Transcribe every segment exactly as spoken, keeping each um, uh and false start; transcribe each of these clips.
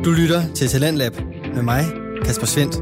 Du lytter til Talentlab med mig, Kasper Svendt.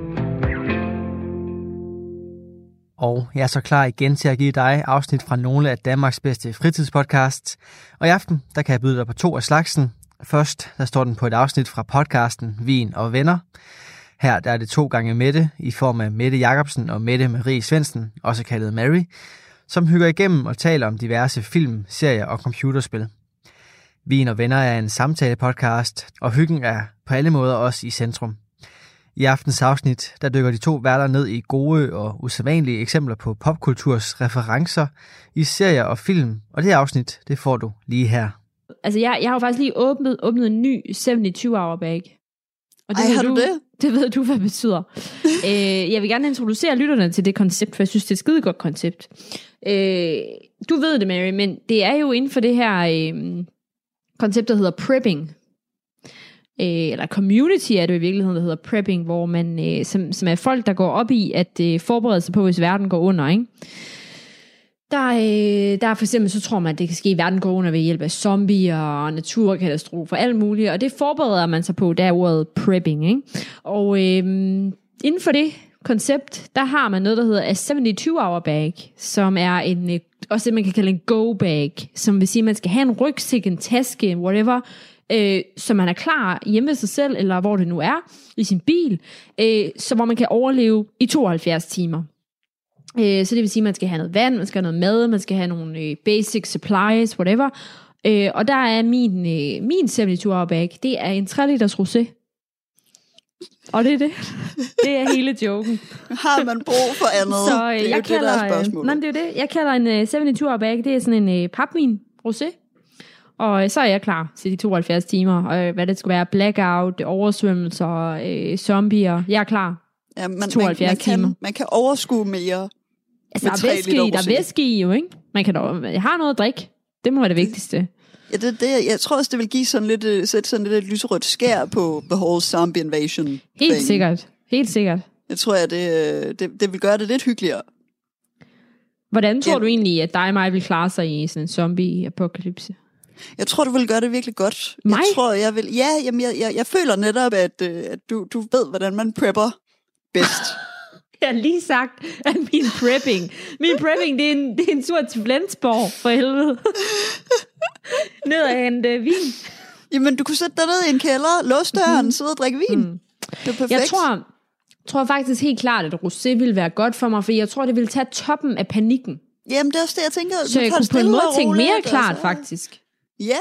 Og jeg er så klar igen til at give dig afsnit fra nogle af Danmarks bedste fritidspodcasts. Og i aften, der kan jeg byde dig på to af slagsen. Først, der står den på et afsnit fra podcasten Vin og Venner. Her der er det to gange Mette i form af Mette Jacobsen og Mette Marie Svendsen, også kaldet Mary, som hygger igennem og taler om diverse film, serier og computerspil. Vin og Venner er en samtale-podcast, og hyggen er på alle måder også i centrum. I aftens afsnit, der dykker de to værter ned i gode og usædvanlige eksempler på popkulturs referencer i serier og film, og det afsnit, det får du lige her. Altså, jeg, jeg har jo faktisk lige åbnet, åbnet en ny syvogtyve hour bag. Og det Ej, ved har du, du det? Det ved du, hvad det betyder. øh, jeg vil gerne introducere lytterne til det koncept, for jeg synes, det er et skide godt koncept. Øh, du ved det, Mary, men det er jo inden for det her øh, koncept, der hedder prepping. Øh, eller community er det i virkeligheden, der hedder prepping, hvor man, øh, som, som er folk, der går op i at øh, forberede sig på, hvis verden går under, ikke? Der, øh, der for eksempel, så tror man, at det kan ske, at verden går under ved hjælp af zombier og naturkatastrofer, alt muligt, og det forbereder man sig på, det er ordet prepping, ikke? Og øh, inden for det koncept, der har man noget, der hedder a syvogtyve hour bag, som er en, øh, også det, man kan kalde en go-bag, som vil sige, at man skal have en rygsæk, en taske, whatever, øh, så man er klar hjemme ved sig selv, eller hvor det nu er, i sin bil, øh, så hvor man kan overleve i tooghalvfjerds timer. Så det vil sige, at man skal have noget vand, man skal have noget mad, man skal have nogle øh, basic supplies, whatever. Øh, og der er min, øh, min syvogtyve hour bag, det er en tre liters rosé. Og det er det. Det er hele joken. Har man brug for andet? Så, øh, det er jeg jo kalder, det, der er spørgsmålet. Nej, det er jo det. Jeg kalder en øh, syvogtyve hour bag, det er sådan en øh, papvin rosé. Og øh, så er jeg klar til de tooghalvfjerds timer. Og øh, hvad det skal være, blackout, oversvømmelser, øh, zombier. Jeg er klar. Ja, man, tooghalvfjerds man, man, timer. kan, man kan overskue mere. Altså, der er, væske i, der er væske i jo, ikke? Man kan dog, jeg har noget at drikke. Det må være det vigtigste. Ja, det, det, jeg tror også, det vil give sådan lidt, sætte sådan lidt et lyserødt skær på the whole zombie invasion. Helt thing. sikkert. Helt sikkert. Jeg tror, at det, det, det vil gøre det lidt hyggeligere. Hvordan tror ja. du egentlig, at dig og mig vil klare sig i sådan en zombie-apokalypse? Jeg tror, du vil gøre det virkelig godt. Mig? Jeg tror, jeg vil... Ja, jamen, jeg, jeg, jeg føler netop, at, at du, du ved, hvordan man prepper bedst. Jeg har lige sagt, at min prepping, min prepping, det er en, det er en tur til Flensborg, for helvede. Ned og hente vin. Jamen, du kunne sætte dig ned i en kælder, låse døren, mm. sidde og drikke vin. Mm. Det er perfekt. Jeg tror, tror faktisk helt klart, at rosé ville være godt for mig, for jeg tror, det ville tage toppen af panikken. Jamen, det er også det, jeg tænker. Så jeg kunne på en måde tænke mere klart, altså. Faktisk. Ja,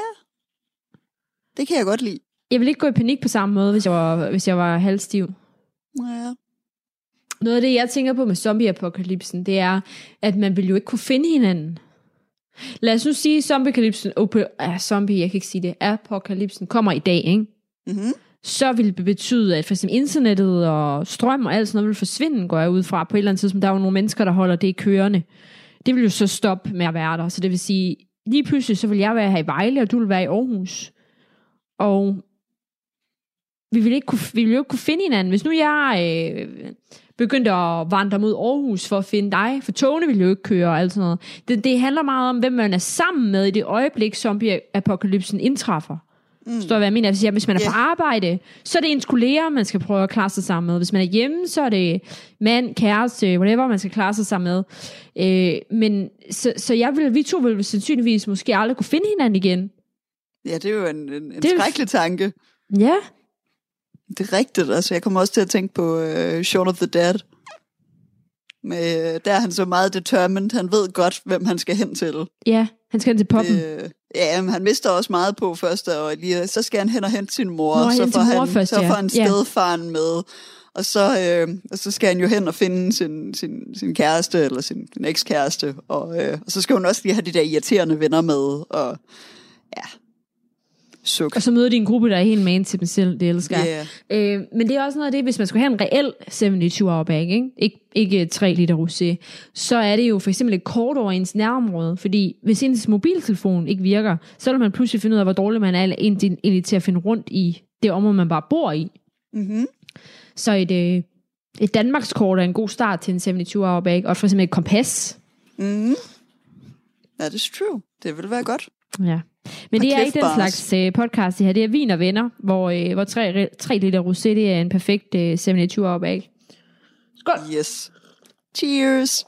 det kan jeg godt lide. Jeg ville ikke gå i panik på samme måde, hvis jeg var, hvis jeg var halvstiv. Ja. Noget af det, jeg tænker på med zombie-apokalypsen, det er, at man vil jo ikke kunne finde hinanden. Lad os nu sige, at zombie-apokalypsen, op- ah, zombie, jeg kan ikke sige det, apokalypsen kommer i dag, ikke? Mm-hmm. Så vil det betyde, at for eksempel internettet og strøm og alt sådan noget vil forsvinde, går jeg ud fra på et eller andet tidspunkt. Der er jo nogle mennesker, der holder det kørende. Det vil jo så stoppe med at være der. Så det vil sige, lige pludselig så vil jeg være her i Vejle, og du vil være i Aarhus. Og vi vil ikke kunne, vi vil jo ikke kunne finde hinanden. Hvis nu jeg øh, begyndte at vandre mod Aarhus for at finde dig, for togene vil jo ikke køre og alt sådan noget. Det, det handler meget om, hvem man er sammen med i det øjeblik, zombie-apokalypsen indtræffer. Mm. Forstår du, hvad jeg mener? Hvis, hvis man er yeah. på arbejde, så er det ens kolleger, man skal prøve at klare sig sammen med. Hvis man er hjemme, så er det mand, kæreste, whatever, man skal klare sig sammen med. Øh, men så, så jeg vil, vi to vil sandsynligvis måske aldrig kunne finde hinanden igen. Ja, det er jo en, en, en det skrækkelig tanke. Ja. Det er rigtigt, altså jeg kommer også til at tænke på uh, Shaun of the Dead. Med, der er han så meget determined, han ved godt, hvem han skal hen til. Ja, han skal hen til poppen. Det, ja, men han mister også meget på første, og lige, så skal han hen og hente sin mor, Nå, og så får han, først, så ja. får han stedfaren med, og så, øh, og så skal han jo hen og finde sin, sin, sin kæreste, eller sin, sin ekskæreste, og, øh, og så skal hun også lige have de der irriterende venner med, og ja... Suk. Og så møder de en gruppe, der er helt man til dem selv, det elsker jeg. Yeah. Øh, men det er også noget af det, hvis man skulle have en reel syvogtyve hour bag, ikke? Ik- ikke tre liter rosé, så er det jo for eksempel et kort over ens nærområde, fordi hvis ens mobiltelefon ikke virker, så vil man pludselig finde ud af, hvor dårlig man er egentlig til at finde rundt i det område, man bare bor i. Mm-hmm. Så et, øh, et Danmarkskort er en god start til en syvogtyve hour bag, og for eksempel et kompas. Mm-hmm. Ja, det er true. Det vil være godt. Ja. Men det er kæft, ikke den Bars. slags øh, podcast, det her. Det er Vin og Venner, hvor, øh, hvor tre, tre liter rosé, det er en perfekt øh, syvogtyve op af. Skål! Yes. Cheers.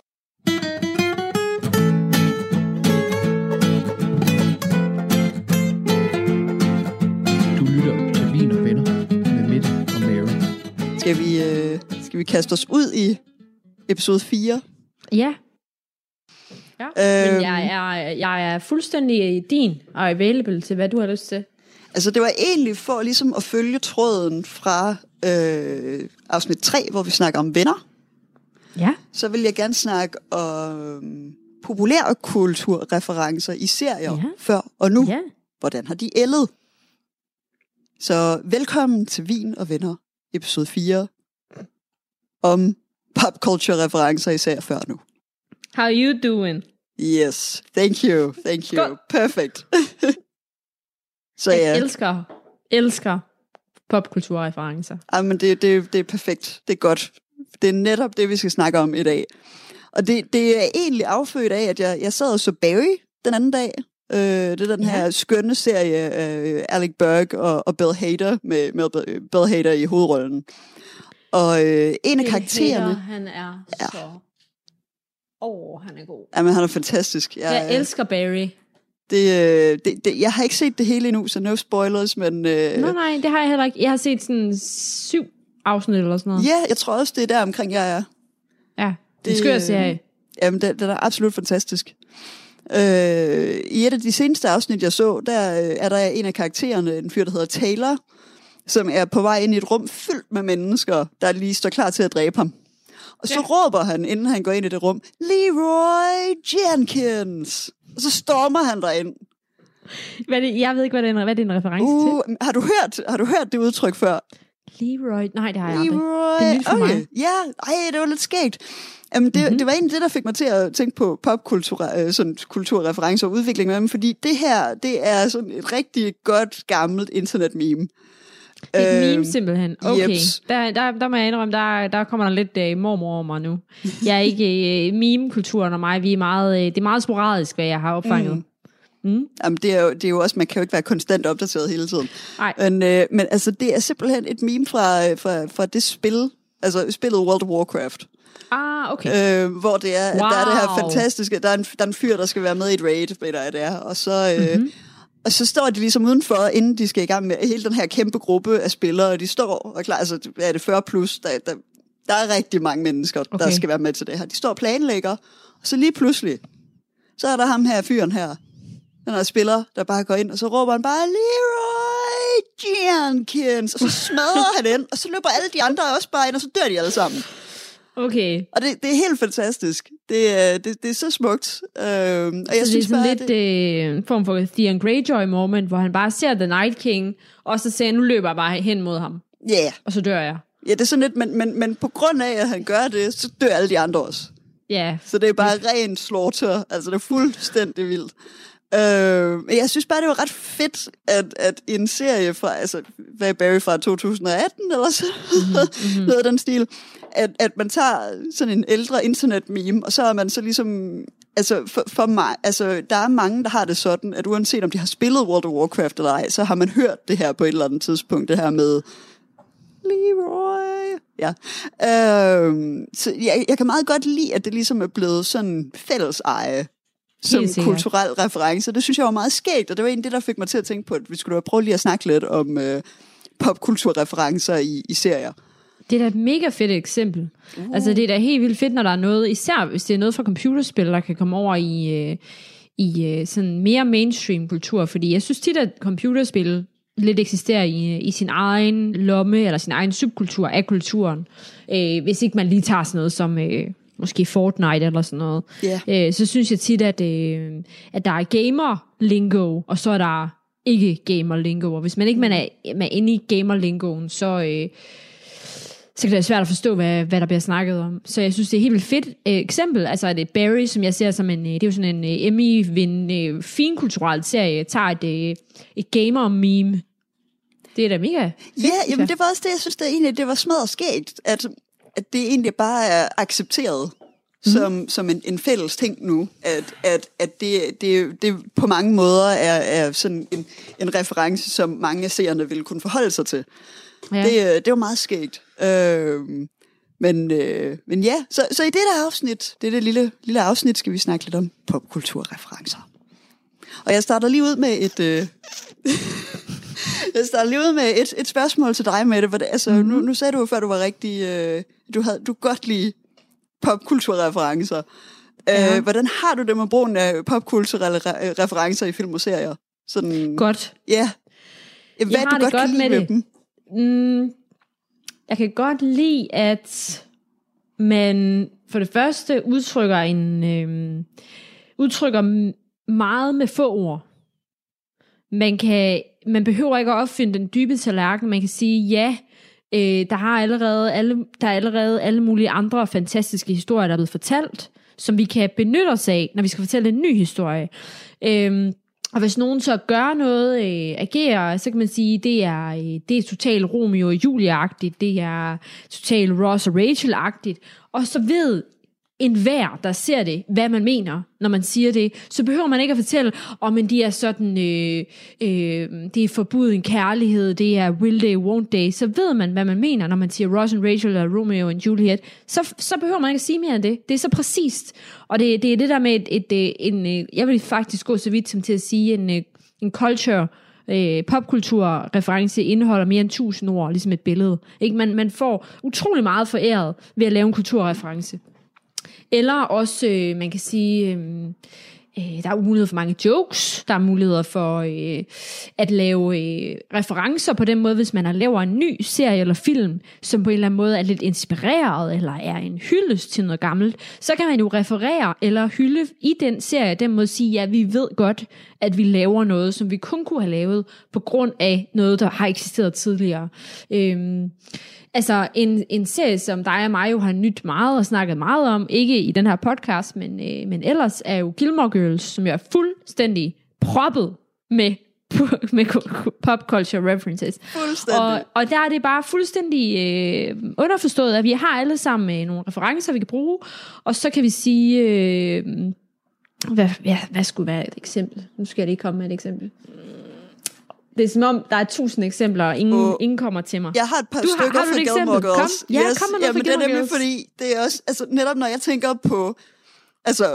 Du lytter til Vin og Venner med Mette og Mary. Skal vi, øh, skal vi kaste os ud i episode fire? Ja. Ja, Øhm. men jeg er, jeg er fuldstændig din og available til, hvad du har lyst til. Altså, det var egentlig for ligesom at følge tråden fra øh, afsnit tre, hvor vi snakker om venner. Ja. Så vil jeg gerne snakke om populærkulturreferencer i serier Ja. før og nu. Ja. Hvordan har de ældet? Så velkommen til Vin og Venner, episode fire, om popculture-referencer i serier før og nu. How you doing? Yes, thank you, thank you. Skål. Perfect. Så Jeg ja, elsker, elsker popkulturreferencer. men det, det, det er perfekt. Det er godt. Det er netop det, vi skal snakke om i dag. Og det, det er egentlig affødt af, at jeg, jeg sad og så Barry den anden dag. Øh, det er den Ja. her skønne serie, øh, Alec Berg og, og Bill Hader, med, med Bill Hader i hovedrollen. Og øh, en af karaktererne... Hater, han er Ja. så... Åh, oh, han er god. Jamen, han er fantastisk. Jeg, Jeg elsker Barry. det, øh, det, det, jeg har ikke set det hele endnu, så no spoilers, men... Øh, Nej, nej, det har jeg heller ikke. Jeg har set sådan syv afsnit eller sådan noget. ja, jeg tror også, det er der omkring, jeg er. Ja, det Det- er skør serie. Jamen, det, det er absolut fantastisk. Øh, I et af de seneste afsnit, jeg så, der øh, er der en af karaktererne, en fyr, der hedder Taylor, som er på vej ind i et rum fyldt med mennesker, der lige står klar til at dræbe ham. Og så Ja. råber han, inden han går ind i det rum, Leroy Jenkins! Og så stormer han derind. Hvad er det, jeg ved ikke, hvad det er, hvad det er en reference uh. Uh, har, du hørt, har du hørt det udtryk før? til. Leroy. Nej, det har jeg aldrig. Leroy. Det er nyt for okay. mig. Ja, ej, det var lidt skægt. Jamen, det, Mhm. mm-hmm. det var egentlig det, der fik mig til at tænke på popkultur, øh, sådan kulturreferencer og udvikling med dem, fordi det her, det er sådan et rigtig godt, gammelt internet-meme. Et Øhm, meme simpelthen. Okay. jeps. Der, der, der må jeg indrømme, der, der kommer der lidt uh, mormor over mig nu. Jeg er ikke uh, meme-kulturen og mig. Vi er meget, uh, det er meget sporadisk, hvad jeg har opfanget. Mm. Mm. Jamen, det er, jo, det er jo også, man kan jo ikke være konstant opdateret hele tiden. Nej. Men, øh, men altså, det er simpelthen et meme fra, fra, fra det spil, altså spillet World of Warcraft. Ah, okay. Øh, hvor det er, wow. der er det her fantastiske, der er, en, der er en fyr, der skal være med i et raid, ved der er det er, og så, øh, Mhm. og så står de ligesom udenfor, inden de skal i gang med hele den her kæmpe gruppe af spillere, og de står og er klar, altså er det fyrre plus, der, der, der er rigtig mange mennesker, okay. der skal være med til det her. De står og planlægger, og så lige pludselig, så er der ham her fyren her, den her spiller, der bare går ind, og så råber han bare, Leroy Jenkins, og så smadrer han ind, og så løber alle de andre også bare ind, og så dør de alle sammen. Okay. Og det, det er helt fantastisk. Det er, det, det er så smukt. Øhm, og jeg Så det synes er sådan bare, lidt det, øh, en form for Theon Greyjoy moment, hvor han bare ser The Night King, og så siger han, nu løber jeg bare hen mod ham, yeah. og så dør jeg. Ja, det er sådan lidt, men, men, men på grund af, at han gør det, så dør alle de andre også. Ja. Så det er bare ren slaughter. Altså, det er fuldstændig vildt. Øh, men jeg synes bare, det var ret fedt, at, at i en serie fra, altså, hvad er Barry fra to tusind atten, eller så, mm-hmm. noget af den stil, at, at man tager sådan en ældre internet-meme, og så er man så ligesom, altså for, for mig, altså der er mange, der har det sådan, at uanset om de har spillet World of Warcraft eller ej, så har man hørt det her på et eller andet tidspunkt, det her med Leroy. Ja. Øhm, så jeg, jeg kan meget godt lide, at det ligesom er blevet sådan fælleseje som kulturel reference. Det synes jeg var meget skægt, og det var egentlig det, der fik mig til at tænke på, at vi skulle prøve lige at snakke lidt om øh, popkulturreferencer i, i serier. Det er da et mega fedt eksempel. Uh. Altså det er da helt vildt fedt, når der er noget, især hvis det er noget fra computerspil, der kan komme over i, øh, i øh, sådan mere mainstream kultur, fordi jeg synes tit, at computerspil lidt eksisterer i, i sin egen lomme, eller sin egen subkultur af kulturen. Øh, hvis ikke man lige tager sådan noget som øh, måske Fortnite eller sådan noget. Yeah. Øh, så synes jeg tit, at, øh, at der er gamer-lingo, og så er der ikke gamer-lingo. Og hvis man ikke man er, man er inde i gamer-lingoen, så... Øh, så kan det være svært at forstå, hvad, hvad der bliver snakket om. Så jeg synes, det er et helt vildt fedt øh, eksempel. Altså, at Barry, som jeg ser som en, øh, det er jo sådan en øh, Emmy-vindende, øh, finkulturel serie, tager et, øh, et gamer-meme. Det er da mega fedt. Ja, jamen det var også det, jeg synes, det egentlig det var smadret skægt, at, at det egentlig bare er accepteret som, som en, en fælles ting nu, at, at, at det, det, det på mange måder er, er sådan en, en reference, som mange af seerne vil kunne forholde sig til. Ja. Det, det er jo meget skægt. Øh, men, øh, men ja, så, så i det der afsnit, det, det lille, lille afsnit, skal vi snakke lidt om popkulturreferencer. Og jeg starter lige ud med et... Øh, jeg starter lige ud med et, et spørgsmål til dig, Mette. Det, altså, mm-hmm. nu, nu sagde du jo før, du var rigtig... Øh, du havde du godt lide popkulturreferencer. Ja. Øh, hvordan har du det med brugen af popkulturelle re- referencer i film og serier? Sådan, godt. Ja. Hvad jeg har du det godt, godt med, med det. Dem? Mm, jeg kan godt lide, at man for det første udtrykker en øh, udtrykker meget med få ord. Man kan man behøver ikke at opfinde den dybe tallerken. Man kan sige ja. Øh, der har allerede alle der er allerede alle mulige andre fantastiske historier, der er blevet fortalt, som vi kan benytte os af, når vi skal fortælle en ny historie. Øh, Og hvis nogen så gør noget, øh, agerer, så kan man sige, det er øh, det er totalt Romeo og Julie-agtigt, det er totalt Ross og Rachel-agtigt, og så ved enhver, der ser det, hvad man mener, når man siger det, så behøver man ikke at fortælle, om oh, de er sådan, øh, øh, det er forbuden kærlighed, det er will they, won't they, så ved man, hvad man mener, når man siger Ross and Rachel eller Romeo and Juliet, så, så behøver man ikke at sige mere end det. Det er så præcist, og det, det er det der med et, et, et, en, jeg vil faktisk gå så vidt som til at sige, en, en culture, Øh, popkulturreference indeholder mere end tusind ord, ligesom et billede. Ikke? Man, man får utrolig meget foræret ved at lave en kulturreference. Eller også, øh, man kan sige, øh, øh, der er mulighed for mange jokes, der er muligheder for øh, at lave øh, referencer på den måde, hvis man laver en ny serie eller film, som på en eller anden måde er lidt inspireret, eller er en hyldest til noget gammelt, så kan man jo referere eller hylde i den serie, den måde sige, ja, vi ved godt, at vi laver noget, som vi kun kunne have lavet, på grund af noget, der har eksisteret tidligere. Øhm, altså, en, en serie, som dig og mig jo har nyt meget og snakket meget om, ikke i den her podcast, men, øh, men ellers, er jo Gilmore Girls, som jo er fuldstændig proppet med, med pop culture references. Og, og der er det bare fuldstændig øh, underforstået, at vi har alle sammen øh, nogle referencer, vi kan bruge, og så kan vi sige... Øh, Hvad, ja, hvad skulle være et eksempel? Nu skal jeg lige komme med et eksempel. Det er som om, der er tusind eksempler, og ingen, uh, ingen kommer til mig. Jeg har et par du stykker har, har fra Gilmore Girls. Kom, ja, yes. kom med noget Jamen, fra Gilmore Girls. Det er nemlig fordi, det er også, altså, netop når jeg tænker på altså,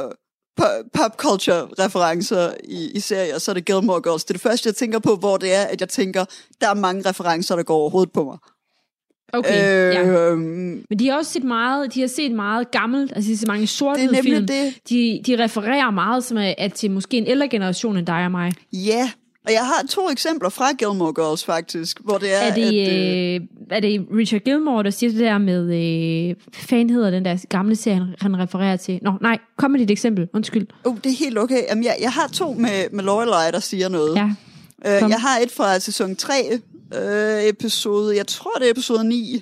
pop culture referencer i, i serier, så er det Gilmore Girls. Det er det første, jeg tænker på, hvor det er, at jeg tænker, der er mange referencer, der går over hovedet på mig. Okay, øh, ja. Øhm, Men de har også set meget, de har set meget gammelt, altså de har set mange sorte film. Det. De, de refererer meget som er, at til måske en ældre generation end dig og mig. Ja, og jeg har to eksempler fra Gilmore Girls faktisk, hvor det er... Er det, at, øh, er det Richard Gilmore, der siger det der med, øh, fan hedder den der gamle serie, han refererer til? Nå, nej, kom med dit eksempel, undskyld. Oh, det er helt okay. Jamen, jeg, jeg har to med, med Lorelai, der siger noget. Ja. Uh, jeg har et fra sæson tre, uh, episode, jeg tror det er episode ni.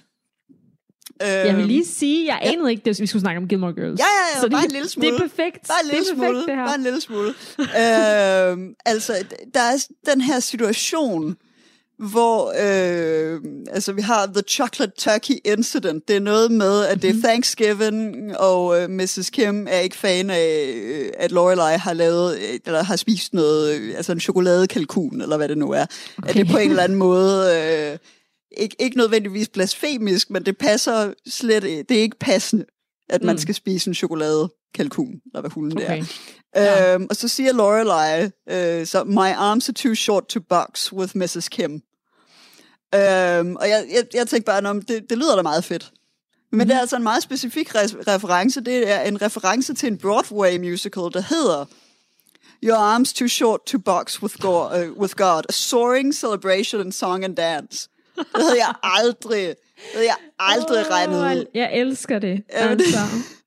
Uh, jeg vil lige sige, jeg anede ja. ikke, at vi skulle snakke om Gilmore Girls. Ja, ja, ja, så bare det, en lille smule. Det er perfekt. Bare en lille det er smule. Perfekt, det her. Bare en lille smule. uh, altså, der er den her situation, hvor øh, altså vi har The Chocolate Turkey Incident. Det er noget med, at det er Thanksgiving, og øh, missus Kim er ikke fan af, øh, at Lorelai har lavet, eller har spist noget, øh, altså en chokoladekalkun, eller hvad det nu er. Okay. At det på en eller anden måde, øh, ikke, ikke nødvendigvis blasfemisk, men det passer slet, det er ikke passende, at man mm. skal spise en chokoladekalkun, eller hvad hulen okay. det er. Ja. Øhm, og så siger Lorelai, øh, så, my arms are too short to box with missus Kim. Øhm, og jeg, jeg, jeg tænkte bare, om det, det lyder da meget fedt. Men mm-hmm. det er altså en meget specifik re- reference. Det er en reference til en Broadway musical, der hedder Your Arms Too Short to Box with God, uh, with God. A Soaring Celebration in Song and Dance. Det havde jeg aldrig, det havde jeg aldrig oh, regnet ud. Jeg elsker det. Altså.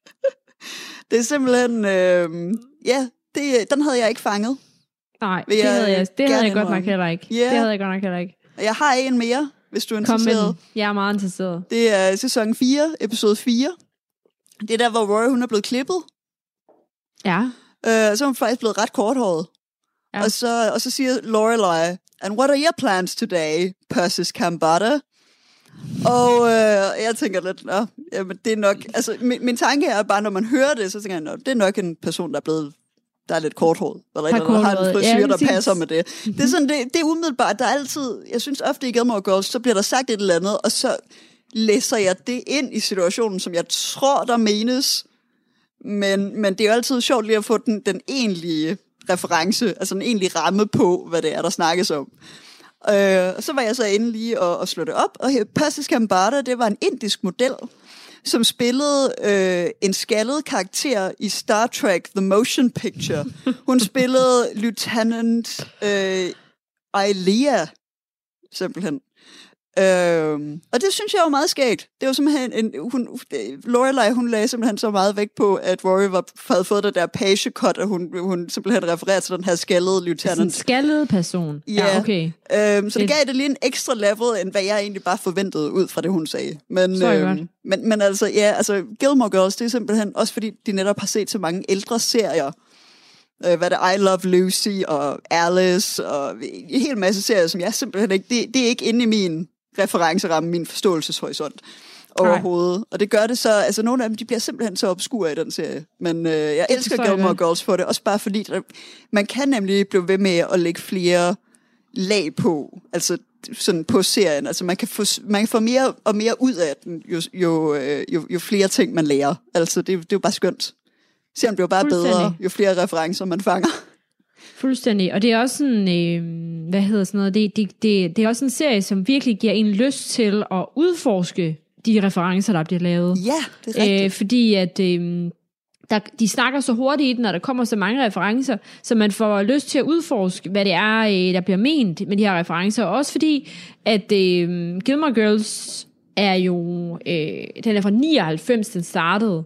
Det er simpelthen, øh, ja, det, den havde jeg ikke fanget. Nej, det havde jeg, det havde jeg godt nok heller ikke. Yeah. Det havde jeg godt nok heller ikke. Jeg har en mere, hvis du er Kom interesseret. Jeg er meget interesseret. Det er sæson fire, episode fire. Det er der, hvor Rory, hun er blevet klippet. Ja. Øh, så er hun faktisk blevet ret korthåret. Ja. Og, så, og så siger Lorelai, and what are your plans today, Persis Kambata? Og øh, jeg tænker lidt, nå, jamen, det er nok... Altså, min, min tanke er bare, når man hører det, så tænker jeg, nå, det er nok en person, der er blevet... Der er lidt korthåret, eller, eller der har en frisyr, ja, der passer med det. Det er sådan, det, det er umiddelbart, der er altid... Jeg synes ofte i Gilmore Girls, så bliver der sagt et eller andet, og så læser jeg det ind i situationen, som jeg tror, der menes. Men, men det er jo altid sjovt lige at få den, den egentlige reference, altså den egentlige ramme på, hvad det er, der snakkes om. Øh, og så var jeg så inde lige og, og slå det op, og Persis Khambatta, det var en indisk model, som spillede øh, en skaldet karakter i Star Trek The Motion Picture. Hun spillede Lieutenant øh, Ilia, simpelthen. Øh, og det synes jeg var meget skægt. Det var simpelthen en, hun, Lorelai, hun lagde simpelthen så meget vægt på, at Rory var, havde fået det der page-cut, og hun, hun simpelthen refererede til den her skaldede lieutenant. En skaldet person? Ja, ja okay. Øh, så det gav det lige en ekstra level, end hvad jeg egentlig bare forventede ud fra det, hun sagde. Men, øh, men, men altså, ja, altså Gilmore Girls, det er simpelthen også fordi, de netop har set så mange ældre serier. Øh, hvad det er, I Love Lucy og Alice og en hel masse serier, som jeg simpelthen ikke, det, det er ikke inde i min referenceramme, min forståelseshorisont overhovedet. Nej. Og det gør det så, altså nogle af dem, de bliver simpelthen så obskure i den serie. Men øh, jeg det elsker Gilmore Girls for det, også bare fordi, der, man kan nemlig blive ved med at lægge flere lag på, altså sådan på serien. Altså man kan få, man kan få mere og mere ud af den, jo, jo, jo, jo flere ting man lærer. Altså det, det er jo bare skønt. Serien bliver bare bedre, jo flere referencer man fanger. Fuldstændig, og det er også sådan, øh, hvad hedder sådan noget, det, det, det, det er også en serie, som virkelig giver en lyst til at udforske de referencer, der bliver lavet. Ja, det er rigtigt. Øh, fordi at øh, der, de snakker så hurtigt i den, og der kommer så mange referencer, så man får lyst til at udforske, hvad det er, øh, der bliver ment med de her referencer. Også fordi, at øh, Gilmore Girls er jo, øh, den er fra nioghalvfems, den startede.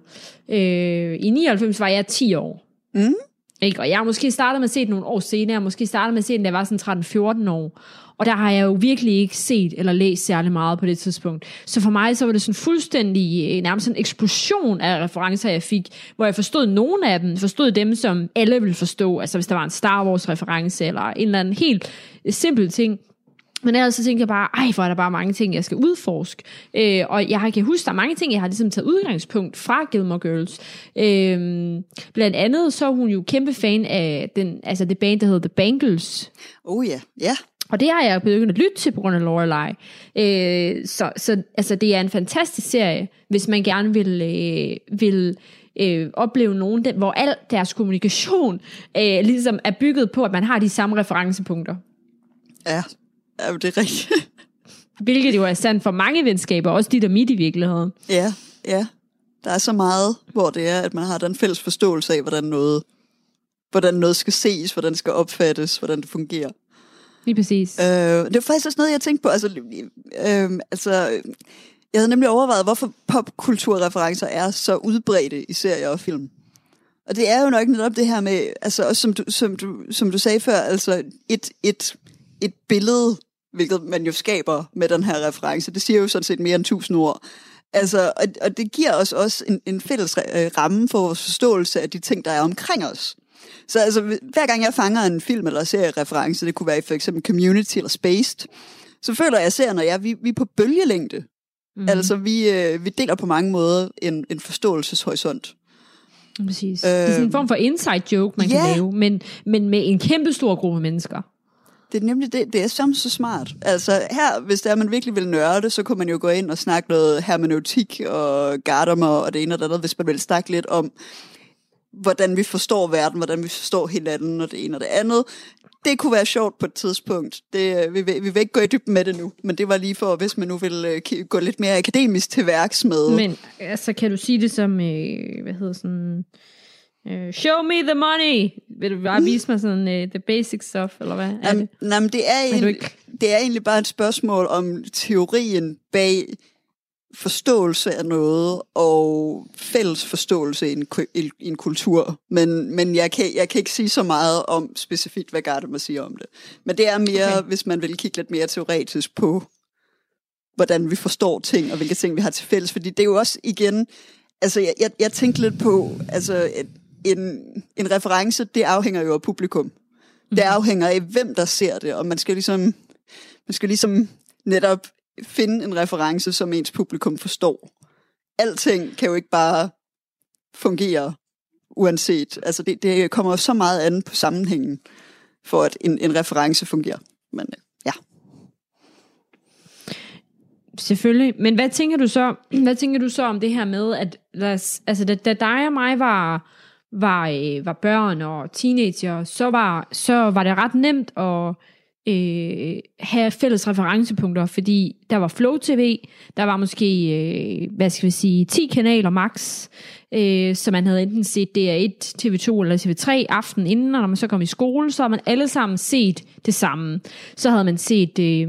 Øh, I nioghalvfems var jeg ti år. Mm. Ikke? Og jeg har måske startet med at se den nogle år senere, måske startet med at se den, da jeg var sådan tretten fjorten år. Og der har jeg jo virkelig ikke set eller læst særlig meget på det tidspunkt. Så for mig så var det sådan fuldstændig, nærmest en eksplosion af referencer, jeg fik, hvor jeg forstod nogle af dem, forstod dem, som alle ville forstå. Altså hvis der var en Star Wars-reference, eller en eller anden helt simpel ting. Men ellers så tænkte jeg bare, ej, hvor er der bare mange ting, jeg skal udforske. Øh, og jeg kan huske, der er mange ting, jeg har ligesom taget udgangspunkt fra Gilmore Girls. Øh, blandt andet så er hun jo kæmpe fan af den, altså det band, der hedder The Bangles. Oh ja, yeah. ja. Yeah. Og det har jeg begyndt at lytte til på grund af Lorelai. Øh, så så altså, det er en fantastisk serie, hvis man gerne vil, øh, vil øh, opleve nogen, der, hvor al deres kommunikation øh, ligesom er bygget på, at man har de samme referencepunkter. Ja. Ja, det er rigtigt. Hvilket jo er sandt for mange venskaber, også de der midt i virkeligheden. Ja, ja. Der er så meget, hvor det er, at man har den fælles forståelse af, hvordan noget, hvordan noget skal ses, hvordan det skal opfattes, hvordan det fungerer. Lige præcis. Øh, det er faktisk også noget, jeg tænkte på. Altså, øh, altså, jeg havde nemlig overvejet, hvorfor popkulturreferencer er så udbredte i serier og film. Og det er jo nok netop det her med, altså også som du, som du, som du sagde før, altså et, et et billede, hvilket man jo skaber med den her reference. Det siger jo sådan set mere end tusind ord. Altså, og, og det giver os også en, en fælles ramme for vores forståelse af de ting, der er omkring os. Så altså, hver gang jeg fanger en film eller seriereference, det kunne være for eksempel Community eller Spaced, så føler jeg, at serien og jeg, vi, vi er på bølgelængde. Mm. Altså, vi, øh, vi deler på mange måder en, en forståelseshorisont. Præcis. Øh, det er sådan en form for inside joke, man yeah. kan lave, men, men med en kæmpe stor gruppe mennesker. Det er nemlig det, det er sammen så smart. Altså her, hvis det er, man virkelig vil nørde, så kunne man jo gå ind og snakke noget hermeneutik og Gadamer og det ene og det andet, hvis man vil snakke lidt om, hvordan vi forstår verden, hvordan vi forstår hinanden og det ene og det andet. Det kunne være sjovt på et tidspunkt. Det, vi, vi vil ikke gå i dybden med det nu, men det var lige for, hvis man nu vil uh, gå lidt mere akademisk til værks med. Men altså, kan du sige det som, øh, hvad hedder sådan... Uh, show me the money. Vil du bare vise mig sådan uh, the basic stuff, eller hvad er det? Jamen, det er, en, det er egentlig bare et spørgsmål om teorien bag forståelse af noget og fælles forståelse i en, i en kultur. Men, men jeg, kan, jeg kan ikke sige så meget om specifikt, hvad Gadamer siger om det. Men det er mere, okay. Hvis man vil kigge lidt mere teoretisk på, hvordan vi forstår ting, og hvilke ting vi har til fælles. Fordi det er jo også igen, altså jeg, jeg, jeg tænkte lidt på, altså en, en reference, det afhænger jo af publikum. Det afhænger af, hvem der ser det, og man skal ligesom, man skal ligesom netop finde en reference, som ens publikum forstår. Alting kan jo ikke bare fungere uanset. Altså det, det kommer jo så meget an på sammenhængen, for at en, en reference fungerer. Men ja. Selvfølgelig. Men hvad tænker du så, hvad tænker du så om det her med, at altså, da, da dig og mig var, var, øh, var børn og teenager, så var, så var det ret nemt at øh, have fælles referencepunkter, fordi der var Flow T V, der var måske, øh, hvad skal vi sige, ti kanaler max, øh, så man havde enten set D R et, T V to eller T V tre aften inden, og når man så kom i skole, så havde man alle sammen set det samme. Så havde man set øh,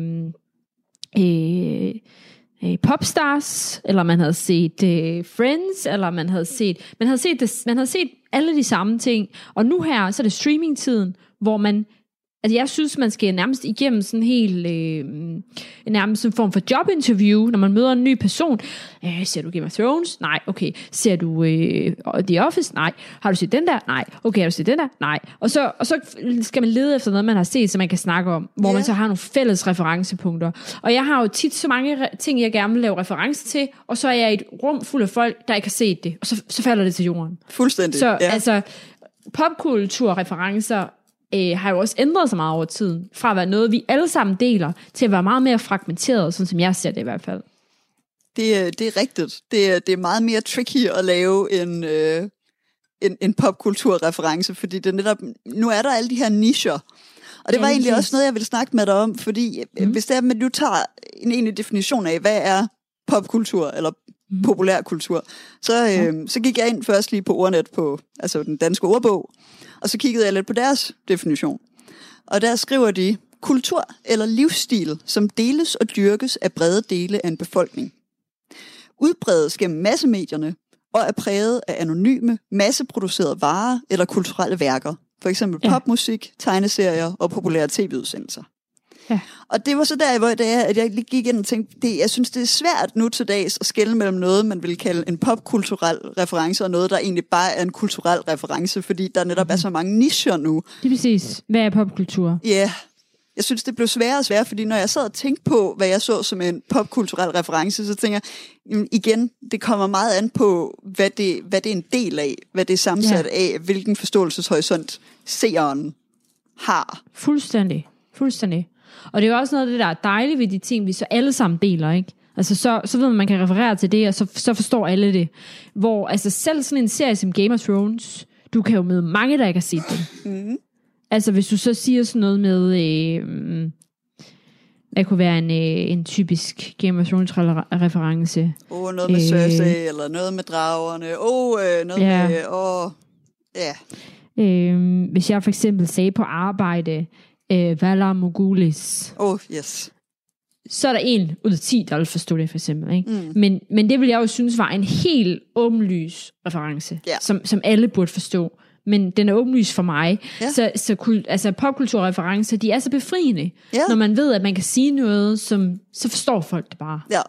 øh, øh, Popstars, eller man havde set øh, Friends, eller man havde set, man havde set, det, man havde set alle de samme ting, og nu her, så er det streamingtiden, hvor man altså jeg synes, man skal nærmest igennem sådan en helt, øh, nærmest en form for jobinterview, når man møder en ny person. Øh, ser du Game of Thrones? Nej. Okay. Ser du øh, The Office? Nej. Har du set den der? Nej. Okay, har du set den der? Nej. Og så, og så skal man lede efter noget, man har set, som man kan snakke om, hvor yeah. man så har nogle fælles referencepunkter. Og jeg har jo tit så mange ting, jeg gerne vil lave reference til, og så er jeg i et rum fuld af folk, der ikke har set det, og så, så falder det til jorden. Fuldstændig. Så ja. altså, popkulturreferencer Øh, har jo også ændret sig meget over tiden, fra at være noget, vi alle sammen deler, til at være meget mere fragmenteret, sådan som jeg ser det i hvert fald. Det, det er rigtigt. Det, det er meget mere tricky at lave en, øh, en, en popkulturreference, fordi det netop, nu er der alle de her nicher, og det var ja, egentlig præcis. Også noget, jeg ville snakke med dig om, fordi mm. hvis det er, at du tager en egentlig definition af, hvad er popkultur, eller mm. populærkultur, så, øh, ja. så gik jeg ind først lige på Ordnet, på altså den danske ordbog, og så kiggede jeg lidt på deres definition. Og der skriver de, kultur eller livsstil, som deles og dyrkes af brede dele af en befolkning. Udbredes gennem massemedierne og er præget af anonyme, masseproducerede varer eller kulturelle værker. For eksempel ja. popmusik, tegneserier og populære tv-udsendelser. Ja. Og det var så der, hvor det er, at jeg gik ind og tænkte, det, jeg synes, det er svært nu til dags at skelne mellem noget, man vil kalde en popkulturel reference, og noget, der egentlig bare er en kulturel reference, fordi der netop mm-hmm. er så mange nicher nu. Det er præcis. Hvad er popkultur? Ja, yeah. Jeg synes, det blev sværere og sværere, fordi når jeg sad og tænkte på, hvad jeg så som en popkulturel reference, så tænker jeg, igen, det kommer meget an på, hvad det, hvad det er en del af, hvad det er sammensat ja. af, hvilken forståelseshorisont seeren har. Fuldstændig. Fuldstændig. Og det er jo også noget af det, der er dejligt ved de ting, vi så alle sammen deler, ikke? Altså, så, så ved man, man kan referere til det, og så, så forstår alle det. Hvor, altså, selv sådan en serie som Game of Thrones, du kan jo møde mange, der ikke har set det. Mm. Altså, hvis du så siger sådan noget med, øh, hvad kunne være en, øh, en typisk Game of Thrones-reference? Åh, oh, noget med øh, Cersei, eller noget med dragerne. Åh, oh, øh, noget ja. med, åh, oh, ja. Yeah. Øh, hvis jeg for eksempel sagde på arbejde, Øh, Valar Morghulis. Oh, yes. Så er der en ud af ti, der vil forstå det, for eksempel. Ikke? Mm. Men, men det vil jeg jo synes var en helt åbenlys reference, yeah. som, som alle burde forstå. Men den er åbenlys for mig. Yeah. Så, så kul, altså popkulturreferencer, de er så befriende, yeah. når man ved, at man kan sige noget, som så forstår folk det bare. Ja.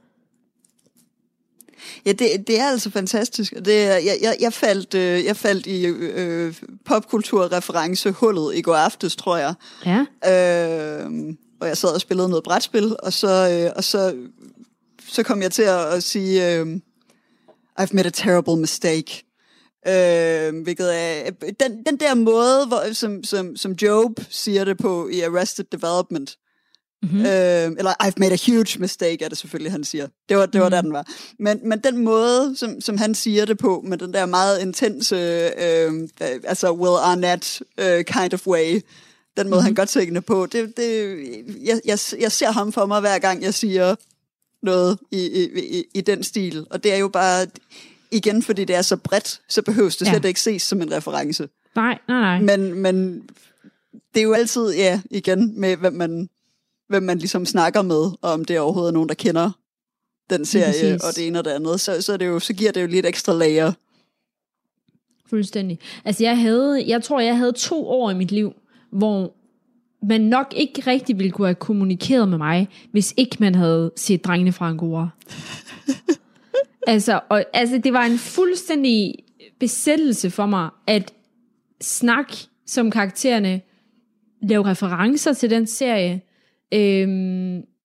Ja, det, det er altså fantastisk. Det, jeg, jeg, jeg, faldt, øh, jeg faldt i øh, popkulturreferencehullet i går aftes, tror jeg. Ja. Øh, og jeg sad og spillede noget brætspil, og så, øh, og så, så kom jeg til at, at sige, øh, I've made a terrible mistake. Øh, hvilket er den, den der måde, hvor, som, som, som Job siger det på i Arrested Development. Mm-hmm. Øh, eller I've made a huge mistake, er det selvfølgelig, han siger. Det var, det var mm-hmm. der, den var. Men, men den måde, som, som han siger det på, med den der meget intense, øh, altså Will Arnett øh, kind of way, den måde, mm-hmm. han godt tænker på, det, det, jeg, jeg, jeg ser ham for mig, hver gang jeg siger noget i, i, i, i den stil. Og det er jo bare, igen, fordi det er så bredt, så behøves det ja. slet ikke ses som en reference. Nej, nej, nej. Men, men det er jo altid, ja, igen, med hvem man... hvem man ligesom snakker med, og om det overhovedet er nogen, der kender den serie, ja, og det ene og det andet, så, så, det jo, så giver det jo lidt ekstra lager. Fuldstændig. Altså jeg havde, jeg tror, jeg havde to år i mit liv, hvor man nok ikke rigtig ville kunne have kommunikeret med mig, hvis ikke man havde set Drengene fra Angora. altså, og, altså, det var en fuldstændig besættelse for mig, at snak som karaktererne, lave referencer til den serie, Øhm,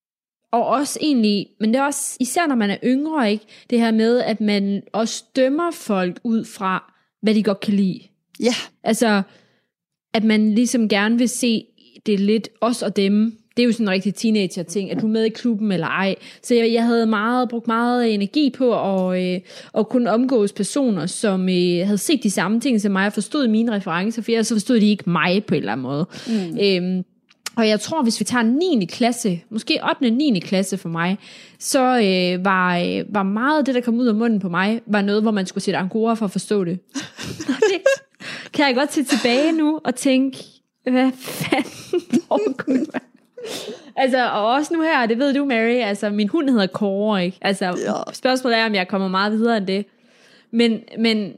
og også egentlig, men det er også, især når man er yngre, ikke, det her med, at man også dømmer folk ud fra, hvad de godt kan lide. Ja. Yeah. Altså, at man ligesom gerne vil se det lidt os og dem. Det er jo sådan en rigtig teenager-ting, at du er med i klubben eller ej. Så jeg, jeg havde meget, brugt meget energi på at, øh, at kunne omgås personer, som øh, havde set de samme ting som mig, og forstod mine referencer, for jeg så forstod de ikke mig på en eller anden måde. Mm. Øhm, og jeg tror, hvis vi tager niende klasse, måske ottende og niende klasse for mig, så øh, var, øh, var meget af det, der kom ud af munden på mig, var noget, hvor man skulle sætte angora for at forstå det. Det kan jeg godt se tilbage nu og tænke, hvad fanden foregår der? Altså, og også nu her, det ved du, Mary, altså, min hund hedder Kåre, ikke? Altså, ja. Spørgsmålet er, om jeg kommer meget videre end det. Men, men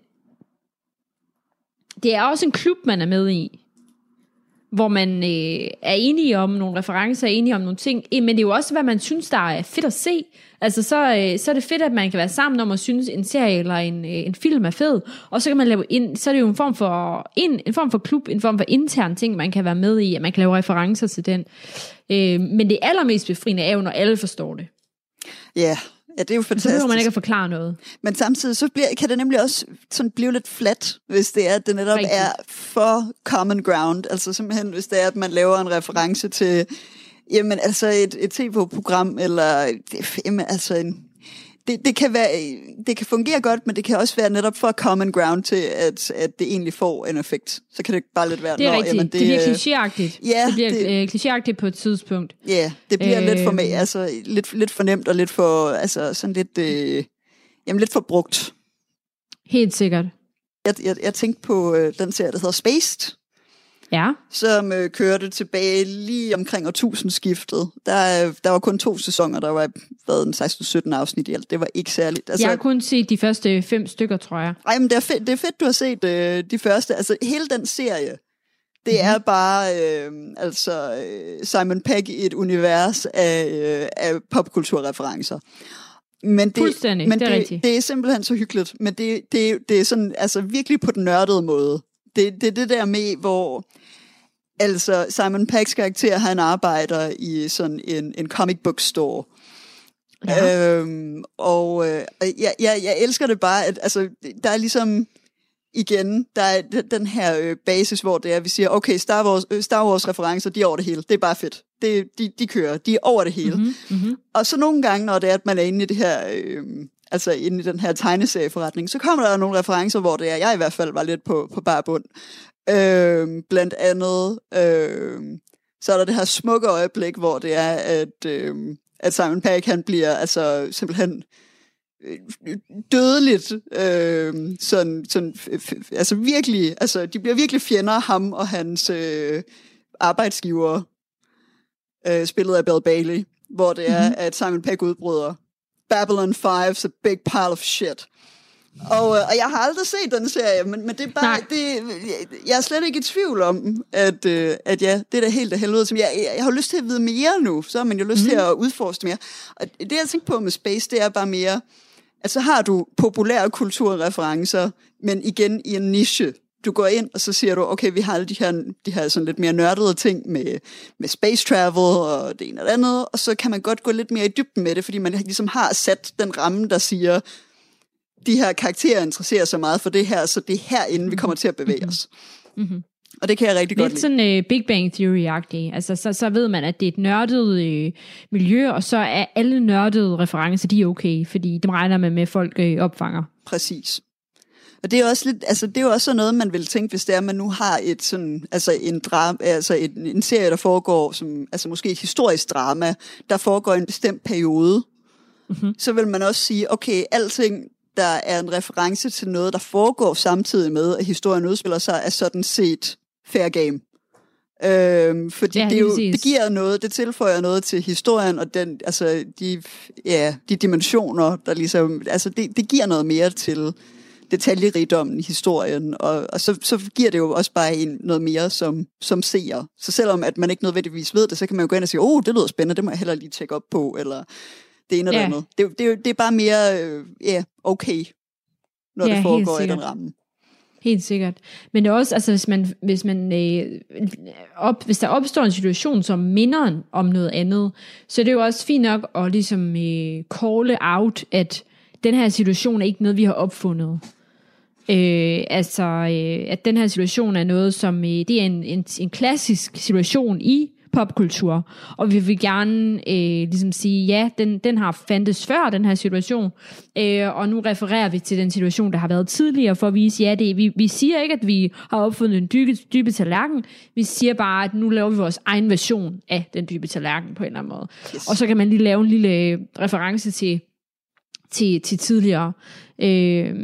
det er også en klub, man er med i, hvor man øh, er enige om nogle referencer, er enige om nogle ting, men det er jo også, hvad man synes, der er fedt at se. Altså, så, øh, så er det fedt, at man kan være sammen om at synes, en serie eller en, øh, en film er fed, og så kan man lave ind, så er det jo en form for en, en form for klub, en form for intern ting, man kan være med i, at man kan lave referencer til den. Øh, men det allermest befriende er jo, når alle forstår det. Ja, yeah. Ja, det er jo fantastisk. Så behøver man ikke at forklare noget. Men samtidig så bliver, kan det nemlig også sådan blive lidt flat, hvis det er, at det netop Rigtig. er for common ground. Altså simpelthen, hvis det er, at man laver en reference til, jamen altså et, et tv-program, eller jamen altså en... Det, det, kan være, det kan fungere godt, men det kan også være netop for common ground til, at, at det egentlig får en effekt. Så kan det bare lidt være... Det er når, rigtigt. Jamen, det, det bliver klichéagtigt. Ja, det bliver det, klichéagtigt på et tidspunkt. Ja, det bliver øh, lidt for med, altså lidt, lidt for nemt og lidt for, altså sådan lidt, øh, jamen lidt for brugt. Helt sikkert. Jeg, jeg, jeg tænkte på øh, den serie, der hedder Spaced. Ja. Som øh, kørte tilbage lige omkring årtusindskiftet. Der, der var kun to sæsoner, der var været en seksten sytten afsnit i alt. Det var ikke særligt. Altså, jeg har kun set de første fem stykker, tror jeg. Ej, men det er fedt, det er fedt du har set øh, de første. Altså hele den serie, det mm-hmm. er bare øh, altså øh, Simon Pegg i et univers af, øh, af popkulturreferencer. Men det, Fuldstændig, men det er det, rigtigt. Det er simpelthen så hyggeligt. Men det, det, det er sådan, altså virkelig på den nørdede måde. Det, det er det der med, hvor altså Simon Peggs karakter, han arbejder i sådan en, en comic book store. Ja. Øhm, og øh, jeg, jeg, jeg elsker det bare, at altså, der er ligesom, igen, der er den her øh, basis, hvor det er, vi siger, okay, Star Wars, øh, Star Wars referencer, de er over det hele. Det er bare fedt. Det, de, de kører. De er over det hele. Mm-hmm, mm-hmm. Og så nogle gange, når det er, at man er inde i det her... Øh, altså inde i den her tegneserieforretning, så kommer der nogle referencer, hvor det er, jeg i hvert fald var lidt på, på bare bund. Øh, blandt andet, øh, så er der det her smukke øjeblik, hvor det er, at, øh, at Simon Pegg, han bliver altså simpelthen øh, dødeligt, øh, sådan, sådan, f- altså virkelig, altså de bliver virkelig fjender, ham og hans øh, arbejdsgiver, øh, spillet af Bill Bailey, hvor det er, mm-hmm. at Simon Pegg udbryder, Babylon five's a big pile of shit. Og, og jeg har aldrig set den serie, men, men det er bare, det, jeg er slet ikke i tvivl om, at, at ja, det er da helt af helvede. Som jeg, jeg har lyst til at vide mere nu, så har man jo lyst mm. til at udforske mere. Og det, jeg tænker på med Space, det er bare mere, at så har du populære kulturreferencer, men igen i en niche. Du går ind, og så siger du, okay, vi har alle de her, de her sådan lidt mere nørdede ting med, med space travel og det ene og det andet, og så kan man godt gå lidt mere i dybden med det, fordi man ligesom har sat den ramme, der siger, de her karakterer interesserer sig meget for det her, så det er herinde, vi kommer til at bevæge os. Mm-hmm. Og det kan jeg rigtig lidt godt lide. Lidt sådan uh, Big Bang Theory-agtigt. Altså, så, så ved man, at det er et nørdet uh, miljø, og så er alle nørdede referencer, de er okay, fordi dem regner man med, folk uh, opfanger. Præcis. Og det er også lidt, altså det er jo også sådan noget, man vil tænke, hvis det er, at man nu har et sådan, altså en drama, altså et, en serie, der foregår som, altså måske et historisk drama, der foregår i en bestemt periode, mm-hmm. så vil man også sige, okay, alting, der er en reference til noget, der foregår samtidig med, at historien udspiller sig, er sådan set fair game. Øhm, fordi ja, det, jo, det giver noget, det tilføjer noget til historien, og den, altså de, ja, de dimensioner, der ligesom, altså det, det giver noget mere til detaljerigdommen i historien, og, og så, så giver det jo også bare en, noget mere som, som seer. Så selvom at man ikke nødvendigvis ved det, så kan man jo gå ind og sige, åh, oh, det lyder spændende, det må jeg hellere lige tjekke op på, eller det ene eller ja. andet. Det, det, det er bare mere, øh, ja, okay, når ja, det foregår i den ramme. Helt sikkert. Men det er også, altså hvis man, hvis man øh, op, hvis der opstår en situation, som minder om noget andet, så er det jo også fint nok at ligesom øh, call out, at den her situation er ikke noget, vi har opfundet. Øh, altså, øh, at den her situation er noget, som øh, det er en, en, en klassisk situation i popkultur, og vi vil gerne øh, ligesom sige, ja, den, den har fandtes før, den her situation, øh, og nu refererer vi til den situation, der har været tidligere, for at vise, ja, det, vi, vi siger ikke, at vi har opfundet en dybe, dybe tallerken, vi siger bare, at nu laver vi vores egen version af den dybe tallerken på en eller anden måde. Yes. Og så kan man lige lave en lille reference til, til, til tidligere. Øh,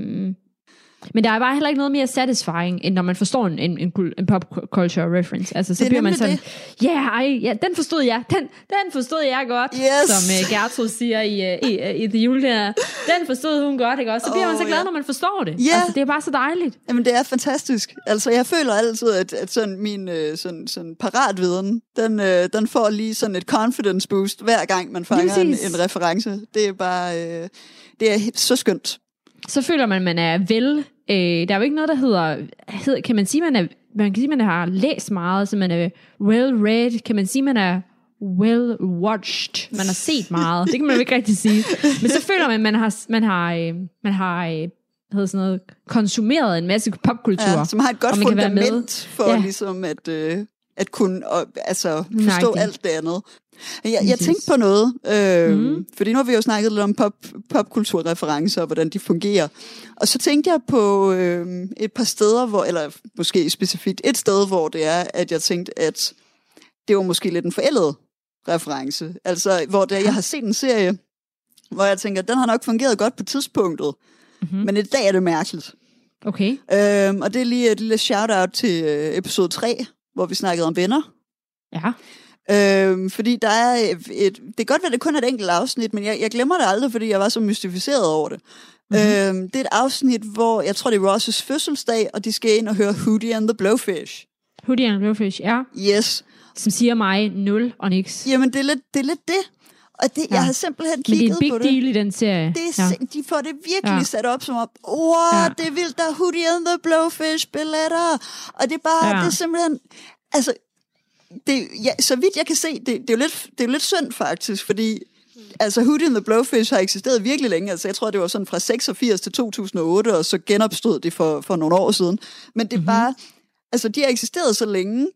Men der er bare heller ikke noget mere satisfying, end når man forstår en, en, en pop culture reference. Altså, så bliver man sådan, ja, yeah, ja, den forstod jeg, den, den forstod jeg godt, yes. som uh, Gertrud siger i, uh, i, uh, i The Julekalender. Den forstod hun godt, ikke også? Så bliver oh, man så glad, yeah. når man forstår det. Yeah. Altså, det er bare så dejligt. Jamen, det er fantastisk. Altså, jeg føler altid, at, at sådan min øh, sådan, sådan paratviden, den, øh, den får lige sådan et confidence boost, hver gang man fanger en, en reference. Det er bare, øh, det er så skønt. Så føler man, man er vel... Øh, der er jo ikke noget, der hedder... hedder kan man sige, man er... Man kan sige, man har læst meget, så man er well read. Kan man sige, man er well watched. Man har set meget. Det kan man jo ikke rigtig sige. Men så føler man, man har... Man har, øh, man har øh, hedder sådan noget, konsumeret en masse popkultur. Ja, som har et godt fundament for ja. ligesom at, øh, at kunne og, altså, forstå Nej, alt det andet. Jeg, jeg tænkte på noget, øh, mm. fordi nu har vi jo snakket lidt om pop, popkulturreferencer og hvordan de fungerer. Og så tænkte jeg på øh, et par steder, hvor, eller måske specifikt et sted, hvor det er, at jeg tænkte, at det var måske lidt en forældet reference. Altså, hvor det er, jeg har set en serie, hvor jeg tænker, at den har nok fungeret godt på tidspunktet, mm-hmm. men i dag er det mærkeligt. Okay. Øh, og det er lige et lille shout-out til øh, episode tre, hvor vi snakkede om venner. Ja. Øhm, fordi der er et, det kan godt være, det kun er et enkelt afsnit, men jeg, jeg glemmer det aldrig, fordi jeg var så mystificeret over det. Mm-hmm. Øhm, det er et afsnit, hvor jeg tror, det er Ross' fødselsdag, og de skal ind og høre Hootie and the Blowfish. Hootie and the Blowfish, ja. Yes. Som siger mig nul og niks. Jamen, det er lidt det. Er lidt det. Og det, ja. jeg har simpelthen kigget på det. Men det er en big deal i den serie. Det er, ja. De får det virkelig ja. sat op som op. Wow, ja. det er vildt, der er Hootie and the Blowfish billetter. Og det er bare, ja. det er simpelthen... Altså, det, ja, så vidt jeg kan se, det, det, er jo lidt, det er jo lidt synd faktisk, fordi altså Hootie and the Blowfish har eksisteret virkelig længe. Altså jeg tror, det var sådan fra seksogfirs til to tusind og otte, og så genopstod det for, for nogle år siden. Men det er mm-hmm. bare, altså de har eksisteret så længe,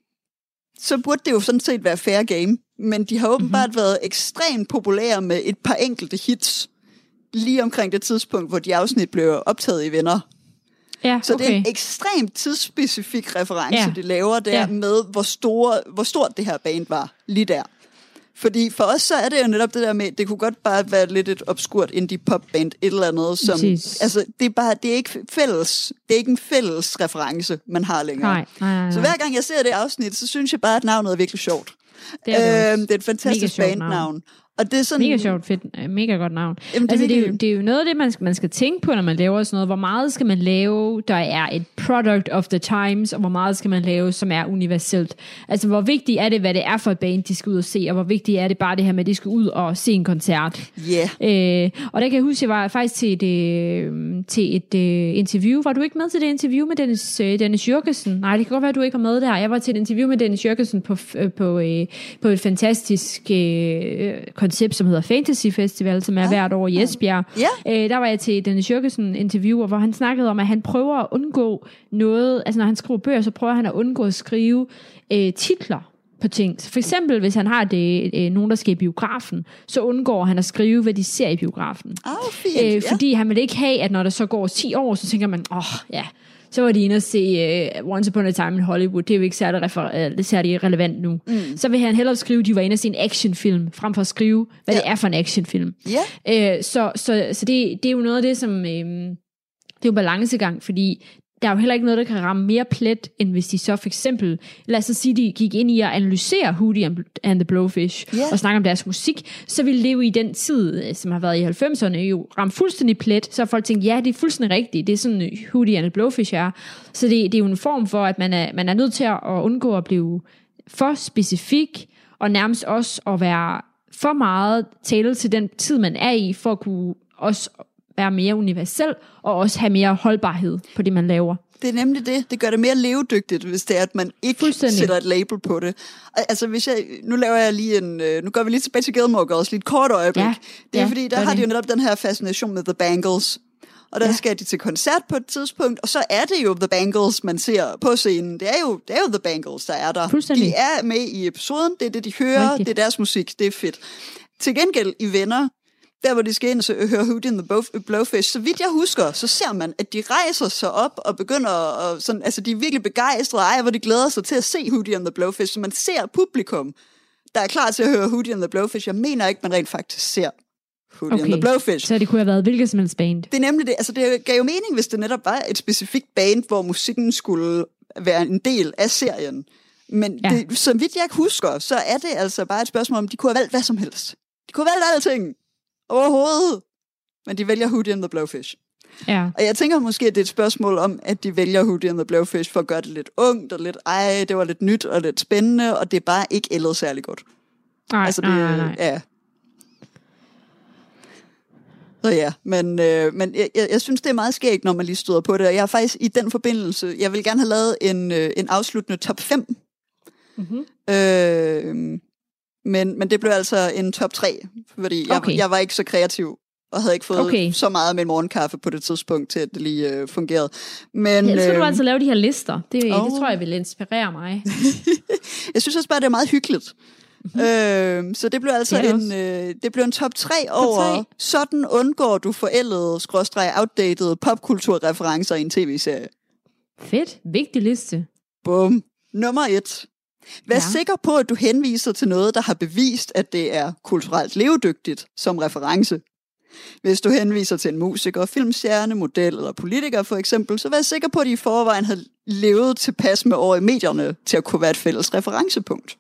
så burde det jo sådan set være fair game. Men de har åbenbart mm-hmm. været ekstremt populære med et par enkelte hits, lige omkring det tidspunkt, hvor de afsnit blev optaget i Venner. Ja, så okay. det er en ekstremt tidsspecifik reference, ja. de laver der ja. med, hvor, store, hvor stort det her band var lige der. Fordi for os, så er det jo netop det der med, det kunne godt bare være lidt et obskurt indie popband, et eller andet, som, Precis. altså det er bare, det er ikke fælles, det er ikke en fælles reference, man har længere. Nej, nej, nej. Så hver gang jeg ser det afsnit, så synes jeg bare, at navnet er virkelig sjovt. Det er, det, øh, det er et fantastisk bandnavn. Og det er sådan, mega sjovt, fedt, mega godt navn. Jamen, det, altså, det, er jo, det er jo noget af det, man skal, man skal tænke på, når man laver sådan noget. Hvor meget skal man lave, der er et product of the times, og hvor meget skal man lave, som er universelt. Altså, hvor vigtigt er det, hvad det er for et band, de skal ud og se, og hvor vigtigt er det bare det her med, at de skal ud og se en koncert. Ja. Yeah. Øh, og der kan jeg huske, jeg var faktisk til et, øh, til et øh, interview. Var du ikke med til det interview med Dennis, øh, Dennis Jørgensen? Nej, det kan godt være, at du ikke var med der. Jeg var til et interview med Dennis Jørgensen på, øh, på, øh, på et fantastisk øh, koncept, som hedder Fantasy Festival, som er ja. hvert år i Esbjerg. Ja. Øh, der var jeg til Dennis Jørgensen interview, hvor han snakkede om, at han prøver at undgå noget, altså når han skriver bøger, så prøver han at undgå at skrive øh, titler på ting. Så for eksempel, hvis han har det, øh, nogen, der skal i biografen, så undgår han at skrive, hvad de ser i biografen. Oh, fint. Øh, fordi ja. han vil ikke have, at når der så går ti år, så tænker man, åh, oh, ja, så var de inde og se uh, Once Upon a Time in Hollywood. Det er jo ikke særlig, refer- uh, særlig relevant nu. Mm. Så vil han hellere skrive, at de var inde og se en actionfilm, frem for at skrive, hvad ja. det er for en actionfilm. Yeah. Uh, så så, så det, det er jo noget af det, som... Um, det er jo balancegang, fordi der er jo heller ikke noget, der kan ramme mere plet, end hvis de så for eksempel, lad os så sige, de gik ind i at analysere Hootie and the Blowfish, yeah. og snakke om deres musik, så ville det jo i den tid, som har været i halvfemserne, jo ramme fuldstændig plet, så folk tænkte, ja, det er fuldstændig rigtigt, det er sådan Hootie and the Blowfish er. Så det, det er jo en form for, at man er, man er nødt til at undgå at blive for specifik, og nærmest også at være for meget tale til den tid, man er i, for at kunne også være mere universel, og også have mere holdbarhed på det, man laver. Det er nemlig det. Det gør det mere levedygtigt, hvis det er, at man ikke sætter et label på det. Altså, hvis jeg, nu laver jeg lige en... Nu går vi lige tilbage til Gilmore Girls, lige et kort øjeblik. Ja, det er ja, fordi, der har det. de jo netop den her fascination med The Bangles. Og der ja. skal de til koncert på et tidspunkt, og så er det jo The Bangles, man ser på scenen. Det er jo, det er jo The Bangles, der er der. De er med i episoden, det er det, de hører, Rigtigt. det er deres musik, det er fedt. Til gengæld i Venner, der hvor de skal ind og høre Hootie and the Blowfish, så vidt jeg husker, så ser man, at de rejser sig op og begynder at, sådan, altså de er virkelig begejstrede, ej, hvor de glæder sig til at se Hootie and the Blowfish, så man ser publikum, der er klar til at høre Hootie and the Blowfish. Jeg mener ikke, man rent faktisk ser Hootie okay. and the Blowfish. Så det kunne have været hvilket som helst band. Det er nemlig det, altså det gav jo mening, hvis det netop var et specifikt band, hvor musikken skulle være en del af serien. Men ja. det, som vidt jeg ikke husker, så er det altså bare et spørgsmål om, de kunne have valgt hvad som helst. De kunne have valgt alting. Overhovedet. Men de vælger Hootie and the Blowfish. Ja. Og jeg tænker måske, at det er et spørgsmål om, at de vælger Hootie and the Blowfish for at gøre det lidt ungt og lidt, ej, det var lidt nyt og lidt spændende, og det er bare ikke ældet særlig godt. Nej, altså, det, nej, nej. Ja. Så ja, men, øh, men jeg, jeg, jeg synes, det er meget skægt, når man lige støder på det, og jeg har faktisk i den forbindelse, jeg vil gerne have lavet en, øh, en afsluttende top fem. Mm-hmm. Øh, men, men det blev altså en top tre, fordi jeg, okay. jeg var ikke så kreativ, og havde ikke fået okay. så meget med morgenkaffe på det tidspunkt, til at det lige øh, fungerede. Men, ja, så skal øh, du altså lave de her lister. Det, oh. det tror jeg vil inspirere mig. Jeg synes også bare, det er meget hyggeligt. Mm-hmm. Øh, så det blev altså det en, øh, det blev en top tre over, top tre. Sådan undgår du forældede, skråstreg, outdated popkulturreferencer i en tv-serie. Fedt. Vigtig liste. Bum. Nummer et. Vær ja. sikker på, at du henviser til noget, der har bevist, at det er kulturelt levedygtigt som reference. Hvis du henviser til en musiker, filmstjerne, model eller politiker for eksempel, så vær sikker på, at de i forvejen har levet tilpas med år i medierne til at kunne være et fælles referencepunkt.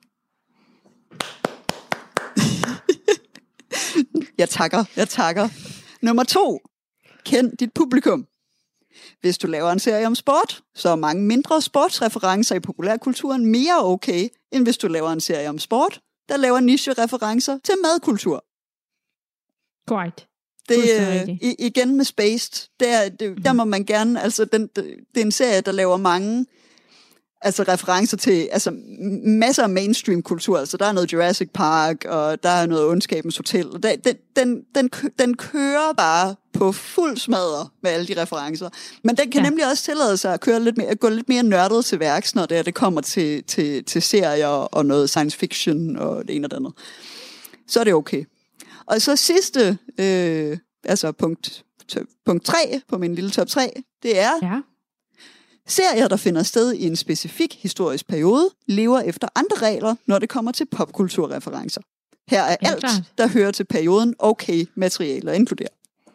Jeg takker, jeg takker. Nummer to. Kend dit publikum. Hvis du laver en serie om sport, så er mange mindre sportsreferencer i populærkulturen mere okay, end hvis du laver en serie om sport, der laver niche-referencer til madkultur. Correct. Det er uh, igen med Spaced. Der, det, der må man gerne, altså den, det er en serie, der laver mange altså referencer til altså masser af mainstream kultur. Altså der er noget Jurassic Park, og der er noget Ondskabens Hotel. Og der, den, den, den, den kører bare på fuld smadre med alle de referencer. Men den kan ja. nemlig også tillade sig at, køre lidt mere, at gå lidt mere nørdet til værks, når det, er, det kommer til, til, til serier og noget science fiction og det ene og det andet. Så er det okay. Og så sidste, øh, altså punkt, punkt tre på min lille top tre, det er... Ja. Serier, der finder sted i en specifik historisk periode, lever efter andre regler, når det kommer til popkulturreferencer. Her er alt, klart. der hører til perioden, okay materialer inkluderet.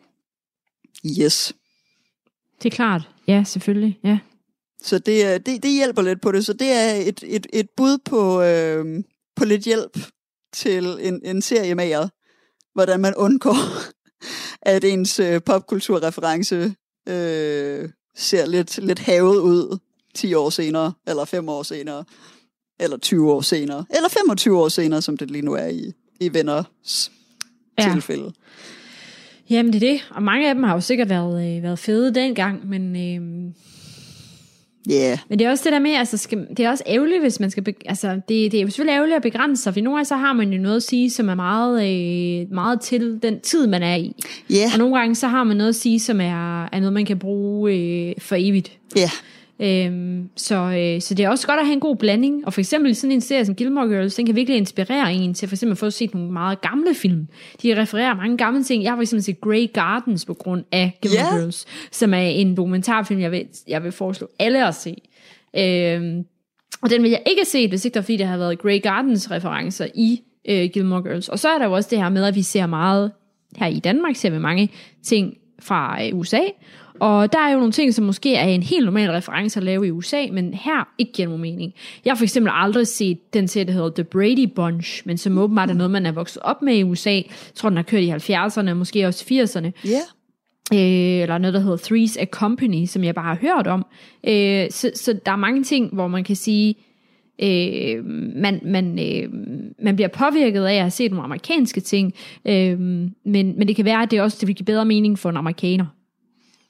Yes. Det er klart. Ja, selvfølgelig. Ja. Så det, det, det hjælper lidt på det. Så det er et, et, et bud på, øh, på lidt hjælp til en, en seriemager, hvordan man undgår, at ens øh, popkulturreference... Øh, ser lidt, lidt havet ud ti år senere, eller fem år senere, eller tyve år senere, eller femogtyve år senere, som det lige nu er i, i Venners ja. tilfælde. Jamen det er det, og mange af dem har jo sikkert været, øh, været fede dengang, men... Øh... Yeah. Men det er også det der med, altså skal, det er også ærgerligt, hvis man skal, be, altså det, det er jo selvfølgelig ærgerligt at begrænse sig, for nogle gange så har man jo noget at sige, som er meget, øh, meget til den tid, man er i. Yeah. Og nogle gange så har man noget at sige, som er, er noget, man kan bruge øh, for evigt. Yeah. Øhm, så, øh, så det er også godt at have en god blanding, og for eksempel sådan en serie som Gilmore Girls, den kan virkelig inspirere en til for eksempel at få set nogle meget gamle film. De refererer mange gamle ting. Jeg har for eksempel set Grey Gardens på grund af Gilmore yeah. Girls, som er en dokumentarfilm, jeg vil, jeg vil foreslå alle at se. Øhm, og den vil jeg ikke have set, hvis ikke der fordi der har været Grey Gardens referencer i øh, Gilmore Girls. Og så er der jo også det her med, at vi ser meget, her i Danmark ser vi mange ting fra øh, U S A, og der er jo nogle ting, som måske er en helt normal reference at lave i U S A, men her ikke giver nogen mening. Jeg har for eksempel aldrig set den serie, der hedder The Brady Bunch, men som åbenbart er noget, man er vokset op med i U S A. Jeg tror, den har kørt i halvfjerdserne, måske også firserne. Ja. Yeah. Øh, eller noget, der hedder Three's a Company, som jeg bare har hørt om. Øh, så, så der er mange ting, hvor man kan sige, øh, man, man, øh, man bliver påvirket af at have set nogle amerikanske ting, øh, men, men det kan være, at det også det vil give bedre mening for en amerikaner.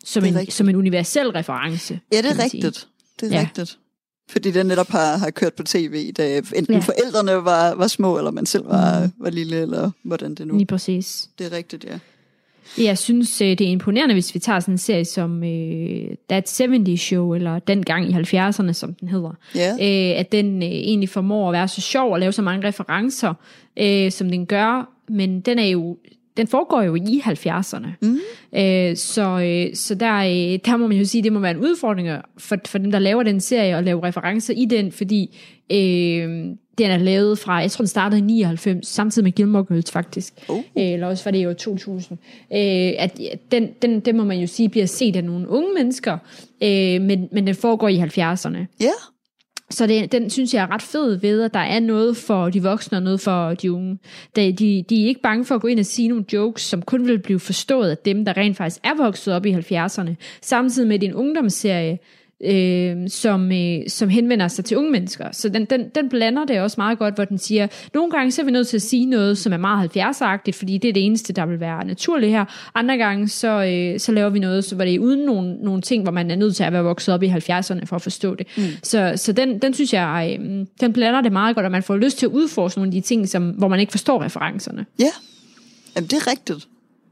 som, en, som en universel reference. Ja, det er rigtigt. Det er ja. rigtigt. Fordi den netop har, har kørt på tv, da enten ja. forældrene var, var små, eller man selv var, mm. var lille, eller hvordan det nu. Lige præcis. Det er rigtigt, ja. Jeg synes, det er imponerende, hvis vi tager sådan en serie som uh, That halvfems Show, eller Dengang i halvfjerdserne, som den hedder. Yeah. Uh, at den uh, egentlig formår at være så sjov og lave så mange referencer, uh, som den gør. Men den er jo, den foregår jo i halvfjerdserne. Mm. Uh, så, uh, så der, uh, der må man jo sige, det må være en udfordring for, for dem, der laver den serie, og lave referencer i den, fordi uh, den er lavet fra, jeg tror den startede i nioghalvfems, samtidig med Gilmore Girls faktisk, uh. eller også var det jo to tusind. Øh, at den, den, den må man jo sige bliver set af nogle unge mennesker, øh, men, men den foregår i halvfjerdserne. Ja. Yeah. Så det, den synes jeg er ret fed ved, at der er noget for de voksne og noget for de unge. De, de, de er ikke bange for at gå ind og sige nogle jokes, som kun vil blive forstået af dem, der rent faktisk er vokset op i halvfjerdserne, samtidig med din ungdomsserie, Øh, som, øh, som henvender sig til unge mennesker. Så den, den, den blander det også meget godt, hvor den siger, nogle gange så er vi nødt til at sige noget, som er meget halvfjerdseragtigt, fordi det er det eneste, der vil være naturligt her. Andre gange så, øh, så laver vi noget, så var det uden nogle, nogle ting, hvor man er nødt til at være vokset op i halvfjerdserne for at forstå det. Mm. Så, så den, den synes jeg, øh, den blander det meget godt, og man får lyst til at udforske nogle af de ting, som, hvor man ikke forstår referencerne. Ja, jamen det er rigtigt.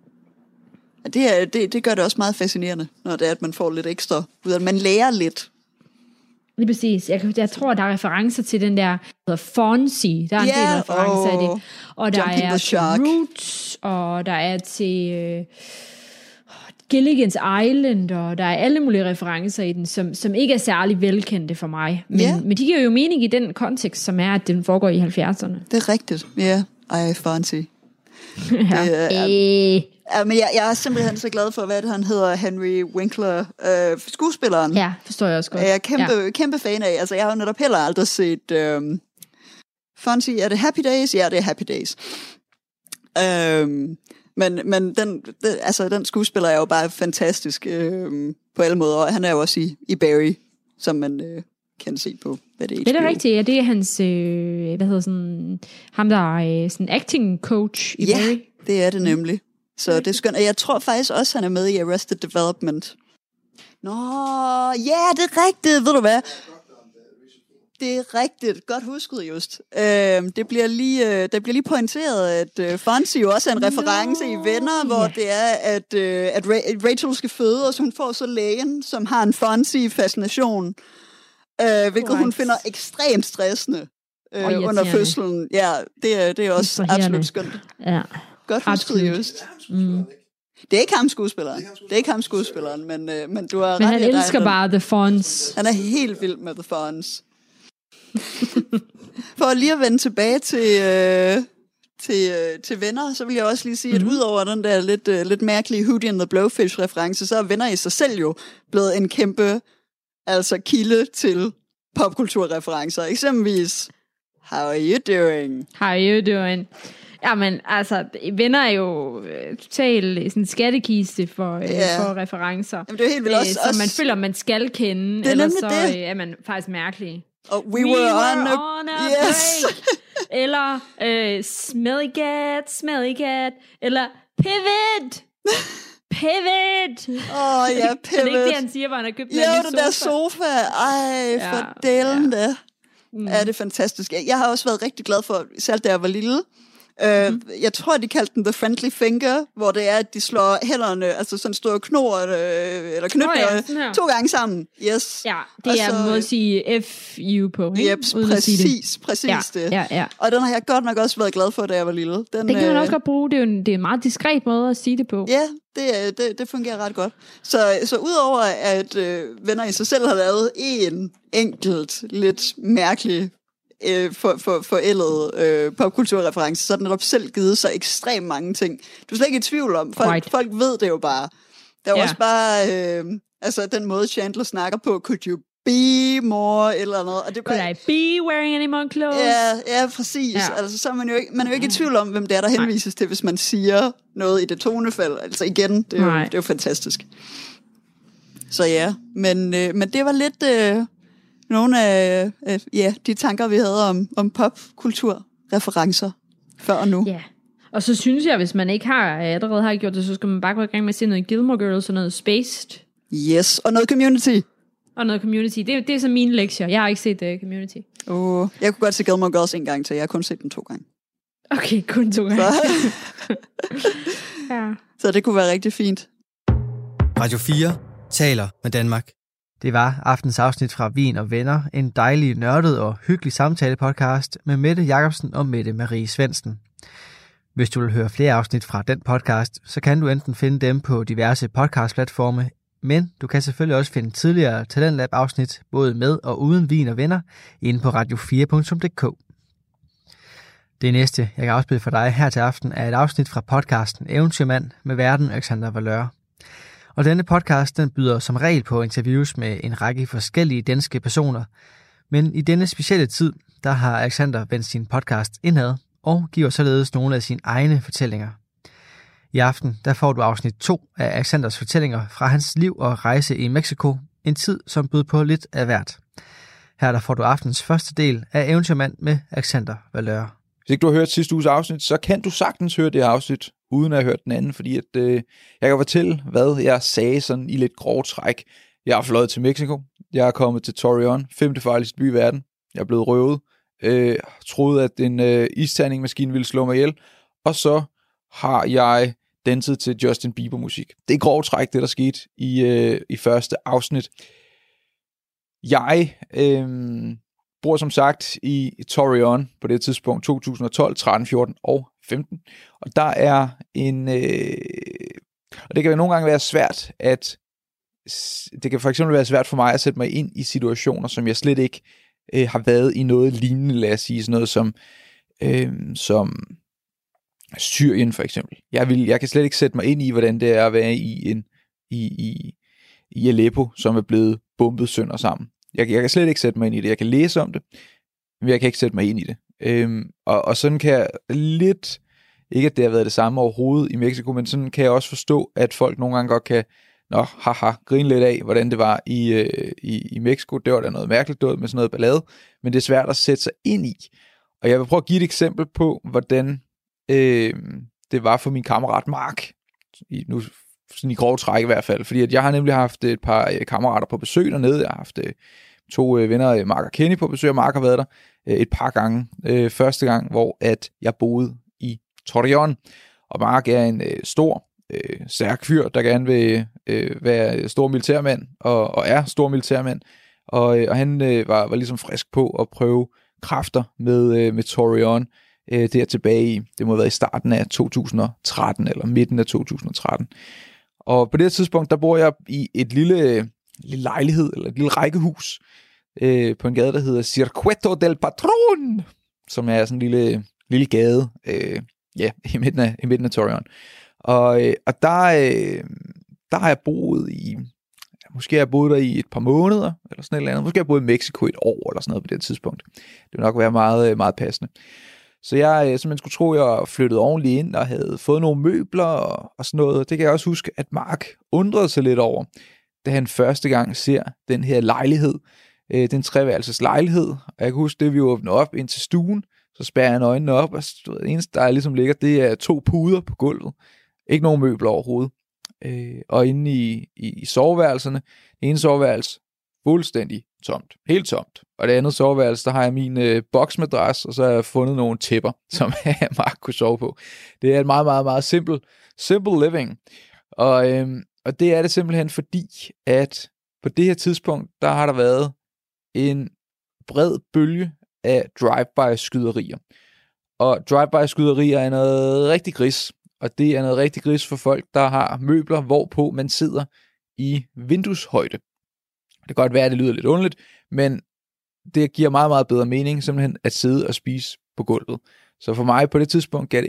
Det, er, det, det gør det også meget fascinerende, når det er, at man får lidt ekstra ud af, man lærer lidt. Lige præcis. Jeg, jeg tror, der er referencer til den der, der hedder Fonzie. Der er en yeah, del referencer af det. Og der er til shark. Roots, og der er til øh, Gilligan's Island, og der er alle mulige referencer i den, som, som ikke er særlig velkendte for mig. Men, yeah. men de giver jo mening i den kontekst, som er, at den foregår i halvfjerdserne. Det er rigtigt. Ja, yeah. Ej, Fonzie. ja. Det er... Øh, Ja, men jeg, jeg er simpelthen så glad for, hvad det han hedder, Henry Winkler, øh, skuespilleren. Ja, forstår jeg også godt. Jeg er kæmpe, ja. kæmpe fan af. Altså, jeg har jo netop heller aldrig set øh, Fonzie. Er det Happy Days? Ja, det er Happy Days. Øh, men men den, den, altså, den skuespiller er jo bare fantastisk øh, på alle måder. Han er jo også i, i Barry, som man øh, kan se på, hvad det er. Det er rigtigt, ja. Det er hans, øh, hvad hedder sådan, ham der er sådan acting coach i ja, Barry. Ja, det er det nemlig. Så det er skønt. Og jeg tror faktisk også, han er med i Arrested Development. Nå, ja, yeah, det er rigtigt. Ved du hvad? Det er rigtigt. Godt husket, just. Øh, det, bliver lige, øh, det bliver lige pointeret, at øh, Fonzie jo også er en reference no. i Venner, hvor yeah. det er, at, øh, at Rachel skal føde, og så hun får så lægen, som har en Fonzie-fascination, øh, hvilket right. hun finder ekstremt stressende øh, oh, under fødslen. Ja, det er, det er også absolut skønt. Ja. Godt husket, just. Mm. Det er ikke ham skuespilleren. Det er ikke ham skuespilleren, men, øh, men du har men ret. Men han elsker bare The Fonz. Han er helt vild med The Fonz. For lige at vende tilbage til, øh, til, øh, til Venner, så vil jeg også lige sige, mm-hmm. at udover den der lidt, øh, lidt mærkelige Hootie and the Blowfish-reference, så er Venner i sig selv jo blevet en kæmpe altså kilde til popkulturreferencer. Eksempelvis, how are you doing? How are you doing? Jamen, altså, Venner er jo øh, totalt sådan en skattekiste for, øh, yeah. for referencer. Jamen, det er helt vildt også, øh, som man føler, man skal kende. Det er eller så det. Øh, er man faktisk mærkelig. Oh, we, we were, were on a, on a yes. break. Eller øh, smelly cat, smelly cat. Eller pivot. Pivot. Åh, oh, ja, pivot. Er det ikke det, han siger, hvor han har købt den jo, sofa? Jo, den der sofa. Ej, for ja, delen ja. det. Mm. Ja, det er fantastisk. Jeg har også været rigtig glad for, selv da jeg var lille, Uh, mm. jeg tror, de kaldte den The Friendly Finger, hvor det er, at de slår hænderne, altså sådan store knor, øh, eller knytnæver, oh, ja, to gange sammen. Yes. Ja, det og er så, en måde at sige F U på, ikke? Yep, præcis, præcis ja, det. Ja, ja. Og den har jeg godt nok også været glad for, da jeg var lille. Den, den kan man øh, også godt bruge, det er, jo en, det er en meget diskret måde at sige det på. Ja, det, det, det fungerer ret godt. Så, så udover at øh, Venner i sig selv har lavet en enkelt, lidt mærkelig for, for, forældet øh, popkulturreference, så har den netop selv givet sig ekstremt mange ting. Du er slet ikke i tvivl om. Folk, right. folk ved det jo bare. Der er yeah. også bare øh, altså den måde Chandler snakker på, could you be more, eller noget. Og det could bare, I be wearing any more clothes? Ja, ja præcis. Yeah. Altså, så er man jo ikke, man er jo ikke i tvivl om, hvem det er, der henvises right. til, hvis man siger noget i det tonefald. Altså igen, det er jo, right. det er jo fantastisk. Så ja, men, øh, men det var lidt... Øh, nogle af øh, ja, de tanker, vi havde om, om popkulturreferencer før og nu. Ja, og så synes jeg, hvis man ikke har allerede har gjort det, så skal man bare gå i gang med at se noget Gilmore Girls og noget Spaced. Yes, og noget Community. Og noget Community. Det, det er så mine lektier. Jeg har ikke set uh, Community. Uh, jeg kunne godt se Gilmore Girls en gang til. Jeg har kun set den to gange. Okay, kun to gange. Så, ja. så det kunne være rigtig fint. Radio fire taler med Danmark. Det var aftens afsnit fra Vin og Venner, en dejlig, nørdet og hyggelig samtale-podcast med Mette Jacobsen og Mette Marie Svendsen. Hvis du vil høre flere afsnit fra den podcast, så kan du enten finde dem på diverse podcastplatforme, men du kan selvfølgelig også finde tidligere Talentlab-afsnit, både med og uden Vin og Venner, inde på radio fire punktum d k. Det næste, jeg kan afspille for dig her til aften, er et afsnit fra podcasten Eventyrmand med værten Alexander Valeur. Og denne podcast, den byder som regel på interviews med en række forskellige danske personer. Men i denne specielle tid, der har Alexander vendt sin podcast indad og giver således nogle af sine egne fortællinger. I aften, der får du afsnit to af Alexanders fortællinger fra hans liv og rejse i Mexico, en tid som bød på lidt af hvert. Her der får du aftens første del af Eventyrmand med Alexander Valeur. Hvis ikke du har hørt sidste uges afsnit, så kan du sagtens høre det afsnit, uden at have hørt den anden, fordi at, øh, jeg kan fortælle, hvad jeg sagde sådan i lidt grove træk. Jeg har fløjet til Mexico, jeg er kommet til Torreon, femte farligste by i verden, jeg er blevet røvet, øh, troede at en øh, isterningmaskine ville slå mig ihjel, og så har jeg danset til Justin Bieber musik. Det er grove træk, det der skete i, øh, i første afsnit. Jeg... Øh, bor som sagt i Torreon på det tidspunkt to tusind og tolv, tretten, fjorten og femten. Og der er en... Øh, og det kan jo nogle gange være svært at... Det kan for eksempel være svært for mig at sætte mig ind i situationer, som jeg slet ikke øh, har været i noget lignende, lad os sige, sådan noget som, øh, som Syrien for eksempel. Jeg, vil, jeg kan slet ikke sætte mig ind i, hvordan det er at være i, en, i, i, i Aleppo, som er blevet bombet sønder sammen. Jeg, jeg kan slet ikke sætte mig ind i det. Jeg kan læse om det, men jeg kan ikke sætte mig ind i det. Øhm, og, og sådan kan jeg lidt, ikke at det har været det samme overhovedet i Mexico, men sådan kan jeg også forstå, at folk nogle gange godt kan, nå, haha, grine lidt af, hvordan det var i, øh, i, i Mexico. Det var da noget mærkeligt død med sådan noget ballade, men det er svært at sætte sig ind i. Og jeg vil prøve at give et eksempel på, hvordan øh, det var for min kammerat Mark, i, nu sådan i grove træk i hvert fald, fordi at jeg har nemlig haft et par øh, kammerater på besøg dernede. Jeg har haft øh, to øh, venner, Mark og Kenny, på besøg, og Mark har været der øh, et par gange. Øh, første gang, hvor at jeg boede i Torreon, og Mark er en øh, stor, øh, stærk fyr, der gerne vil øh, være stor militærmand, og, og er stor militærmand, og, øh, og han øh, var, var ligesom frisk på at prøve kræfter med, øh, med Torreon, øh, der tilbage i, det må have været i starten af to tusind og tretten, eller midten af to tusind og tretten. Og på det tidspunkt, der bor jeg i et lille, lille lejlighed, eller et lille rækkehus, øh, på en gade, der hedder Circuito del Patron, som er sådan en lille, lille gade, øh, ja, i midten af, i midten af Torreon. Og, øh, og der, øh, der har jeg boet i, måske har jeg boet der i et par måneder, eller sådan et eller andet. Måske har jeg boet i Mexico et år, eller sådan noget på det tidspunkt. Det vil nok være meget, meget passende. Så jeg, som man skulle tro, jeg flyttede ordentligt ind og havde fået nogle møbler og, og sådan noget. Det kan jeg også huske, at Mark undrede sig lidt over, da han første gang ser den her lejlighed, øh, den treværelses lejlighed. Og jeg kan huske, det vi åbner op ind til stuen, så spærrer han øjnene op, og det eneste, der ligesom ligger, det er to puder på gulvet. Ikke nogen møbler overhovedet. Øh, og inde i, i, i soveværelserne, det ene soveværelse, fuldstændig tomt. Helt tomt. Og det andet soveværelse, der har jeg min øh, boksmadras, og så har jeg fundet nogle tæpper, som Mark kunne sove på. Det er et meget, meget, meget simple, simple living. Og, øh, og det er det simpelthen fordi, at på det her tidspunkt, der har der været en bred bølge af drive-by-skyderier. Og drive-by-skyderier er noget rigtig gris. Og det er noget rigtig gris for folk, der har møbler, hvorpå man sidder i vindueshøjde. Det kan godt være, at det lyder lidt underligt, men det giver meget, meget bedre mening simpelthen at sidde og spise på gulvet. Så for mig på det tidspunkt gav det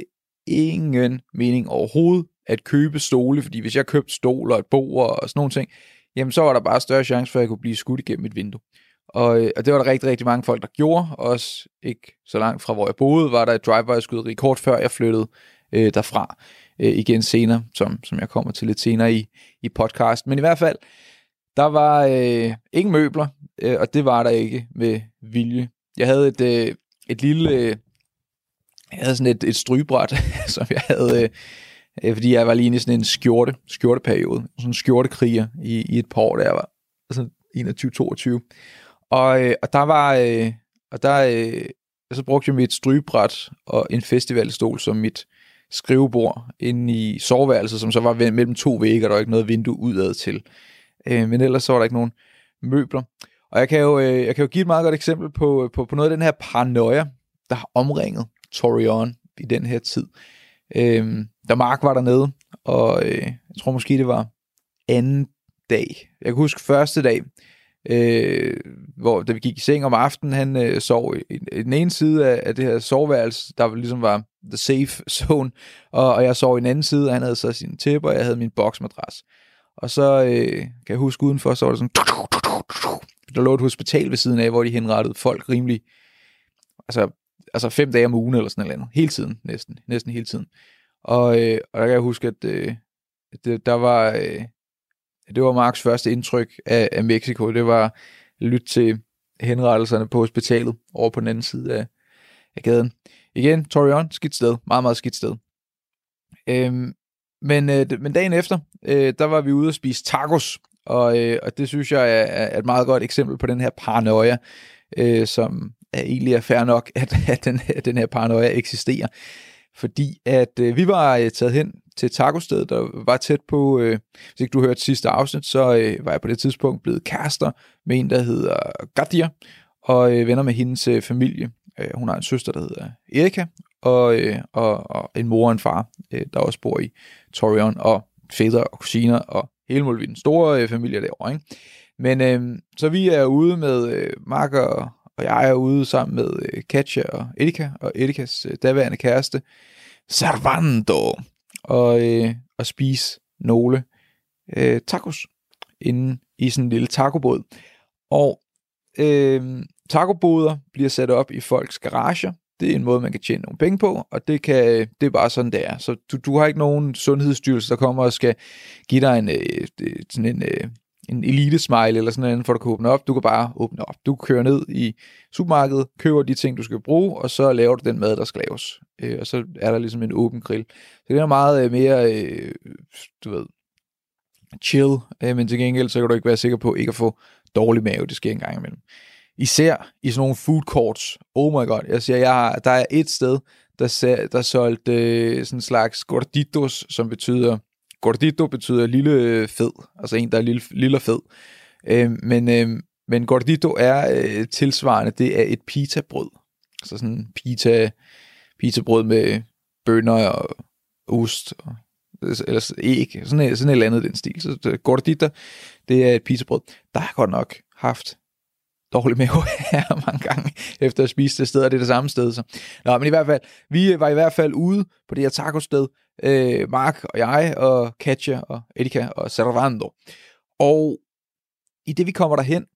ingen mening overhovedet at købe stole, fordi hvis jeg købte stol og et bord og sådan nogle ting, jamen så var der bare større chance for, at jeg kunne blive skudt igennem et vindue. Og, og det var der rigtig, rigtig mange folk, der gjorde. Også ikke så langt fra, hvor jeg boede, var der et drive-by-skyderi kort før jeg flyttede øh, derfra øh, igen senere, som, som jeg kommer til lidt senere i, i podcast. Men i hvert fald, der var øh, ingen møbler, øh, og det var der ikke med vilje. Jeg havde et, øh, et lille, øh, jeg havde sådan et, et strygebræt, som jeg havde, øh, øh, fordi jeg var lige inde i sådan en skjorte, skjorteperiode, sådan en skjortekriger i, i et par år, da jeg var altså enogtyve toogtyve. Og, øh, og der var, øh, og der, øh, så brugte jeg mit strygebræt og en festivalstol som mit skrivebord inde i soveværelset, som så var mellem to vægge, og der var ikke noget vindue udad til. Øh, men ellers så var der ikke nogen møbler. Og jeg kan jo, øh, jeg kan jo give et meget godt eksempel på, på, på noget af den her paranoia, der har omringet Torreon i den her tid. Øh, da Mark var dernede, og øh, jeg tror måske det var anden dag. Jeg kan huske første dag, øh, hvor da vi gik i seng om aftenen, han øh, sov i, i den ene side af, af det her soveværelse, der ligesom var the safe zone, og, og jeg sov i den anden side, og han havde så sine tæpper, og jeg havde min boksmadras. Og så øh, kan jeg huske udenfor, så var der sådan, der lå et hospital ved siden af, hvor de henrettede folk rimelig, altså, altså fem dage om ugen eller sådan noget, hele tiden, næsten, næsten hele tiden. Og, øh, og der kan jeg huske, at øh, det, der var, øh, det var Marks første indtryk af, af Mexico, det var at lytte til henrettelserne på hospitalet over på den anden side af, af gaden. Igen, Torreon, skidt sted, meget, meget skidt sted. Øhm, men, øh, men dagen efter, øh, der var vi ude og spise tacos, og, øh, og det synes jeg er, er et meget godt eksempel på den her paranoia, øh, som er egentlig er fair nok, at, at, den, at den her paranoia eksisterer. Fordi at øh, vi var øh, taget hen til tacostedet, der var tæt på, øh, hvis ikke du hørte sidste afsnit, så øh, var jeg på det tidspunkt blevet kærester med en, der hedder Gadia, og øh, venner med hendes øh, familie. Øh, hun har en søster, der hedder Erika, og, øh, og, og en mor og en far, øh, der også bor i Torreon, og fædre og kusiner, og hele muligheden store øh, familier derovre, ikke? Men øh, så vi er ude med øh, Mark og, og jeg er ude sammen med øh, Katja og Erika, og Erikas øh, daværende kæreste, Servando, og, øh, og spise nogle øh, tacos inde i sådan en lille tacobåd. Og øh, tacoboder bliver sat op i folks garager. Det er en måde, man kan tjene nogle penge på, og det, kan, det er bare sådan, det er. Så du, du har ikke nogen sundhedsstyrelse, der kommer og skal give dig en, øh, sådan en, øh, en elite-smile eller sådan noget, for at du kan åbne op. Du kan bare åbne op. Du kører ned i supermarkedet, køber de ting, du skal bruge, og så laver du den mad, der skal laves. Øh, og så er der ligesom en åben grill. Så det er meget øh, mere, øh, du ved, chill, øh, men til gengæld, så kan du ikke være sikker på ikke at få dårlig mave. Det sker en gang imellem. Især i sådan nogle food courts. Oh my god. Jeg siger, jeg har, der er et sted, der, der solgte øh, sådan en slags gorditos, som betyder, gordito betyder lille fed. Altså en, der er lille, lille fed. Øh, men, øh, men gordito er øh, tilsvarende, det er et pitabrød. Altså sådan en pita, pitabrød med bønner og ost og eller æg, sådan et, sådan et eller andet den stil. Så gordita, det er et pitabrød. Der har jeg godt nok haft dårlig mave her mange gange, efter at spise det sted, og det er det samme sted. Så. Nå, men i hvert fald, vi var i hvert fald ude på det her tacosted, øh, Mark og jeg, og Katja, og Erika, og Servando. Og i det vi kommer derhen,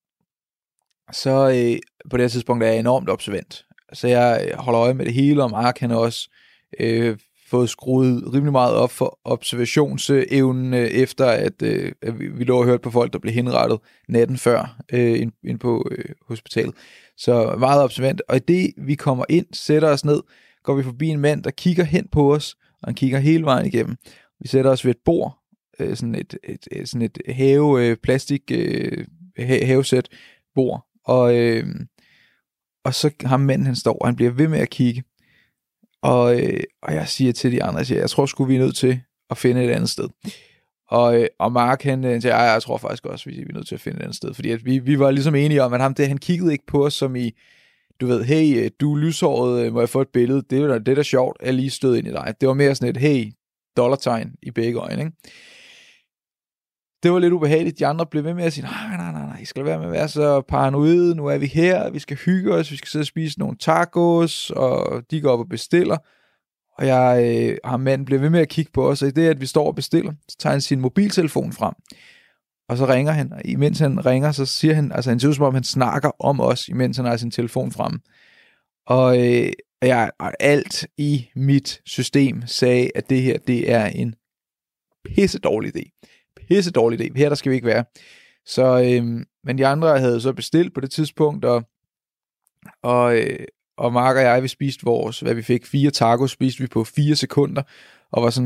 så øh, på det her tidspunkt er jeg enormt observant. Så jeg holder øje med det hele, og Mark han har også øh, fået skruet rimelig meget op for observationsevnen, øh, efter at, øh, at vi, vi lå og hørte på folk, der blev henrettet natten før øh, ind, ind på øh, hospitalet. Så meget observant. Og i det vi kommer ind, sætter os ned, går vi forbi en mand, der kigger hen på os, og han kigger hele vejen igennem. Vi sætter os ved et bord, øh, sådan et, et, et, sådan et have, øh, plastik øh, havesæt bord, og, øh, og så ham manden, han står, og han bliver ved med at kigge. Og, øh, og jeg siger til de andre, jeg, siger, jeg tror sgu vi er nødt til at finde et andet sted. Og, øh, og Mark, han øh, siger, jeg tror faktisk også, vi er nødt til at finde et andet sted. Fordi at vi, vi var ligesom enige om, at ham det, han kiggede ikke på os som i, du ved, hey, du er lyshåret, må jeg få et billede? Det er da det, der er sjovt, at lige stød ind i dig. Det var mere sådan et, hey, dollartegn i begge øjne, ikke? Det var lidt ubehageligt. De andre blev ved med at sige, nej, nej, nej, nej, I skal være med at være så paranoide. Nu er vi her, vi skal hygge os, vi skal sidde og spise nogle tacos, og de går op og bestiller. Og jeg øh, har manden blev ved med at kigge på os, og i det, at vi står og bestiller, så tager han sin mobiltelefon frem. Og så ringer han, og imens han ringer, så siger han, altså han ser ud som om, han snakker om os, imens han har sin telefon frem. Og øh, jeg, alt i mit system sagde, at det her, det er en pisse dårlig idé. Pisse dårlig idé. Her der skal vi ikke være. Så, øhm, men de andre havde så bestilt på det tidspunkt, og, og, øh, og Mark og jeg, vi spiste vores, hvad vi fik, fire tacos, spiste vi på fire sekunder, og var sådan,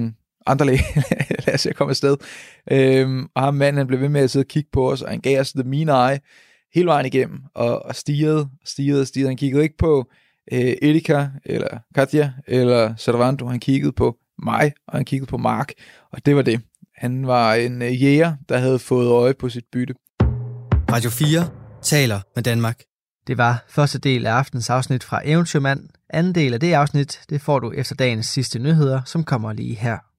andre læge, lad os se at komme afsted. Øhm, og ham manden, han blev ved med at sidde og kigge på os, og han gav os the mean eye hele vejen igennem, og, og stirrede, stirrede, stirrede. Han kiggede ikke på øh, Erika, eller Katja, eller Servando. Han kiggede på mig, og han kiggede på Mark, og det var det. Han var en øh, jæger, der havde fået øje på sit bytte. Radio fire taler med Danmark. Det var første del af aftens afsnit fra Eventyrmand. Anden del af det afsnit, det får du efter dagens sidste nyheder, som kommer lige her.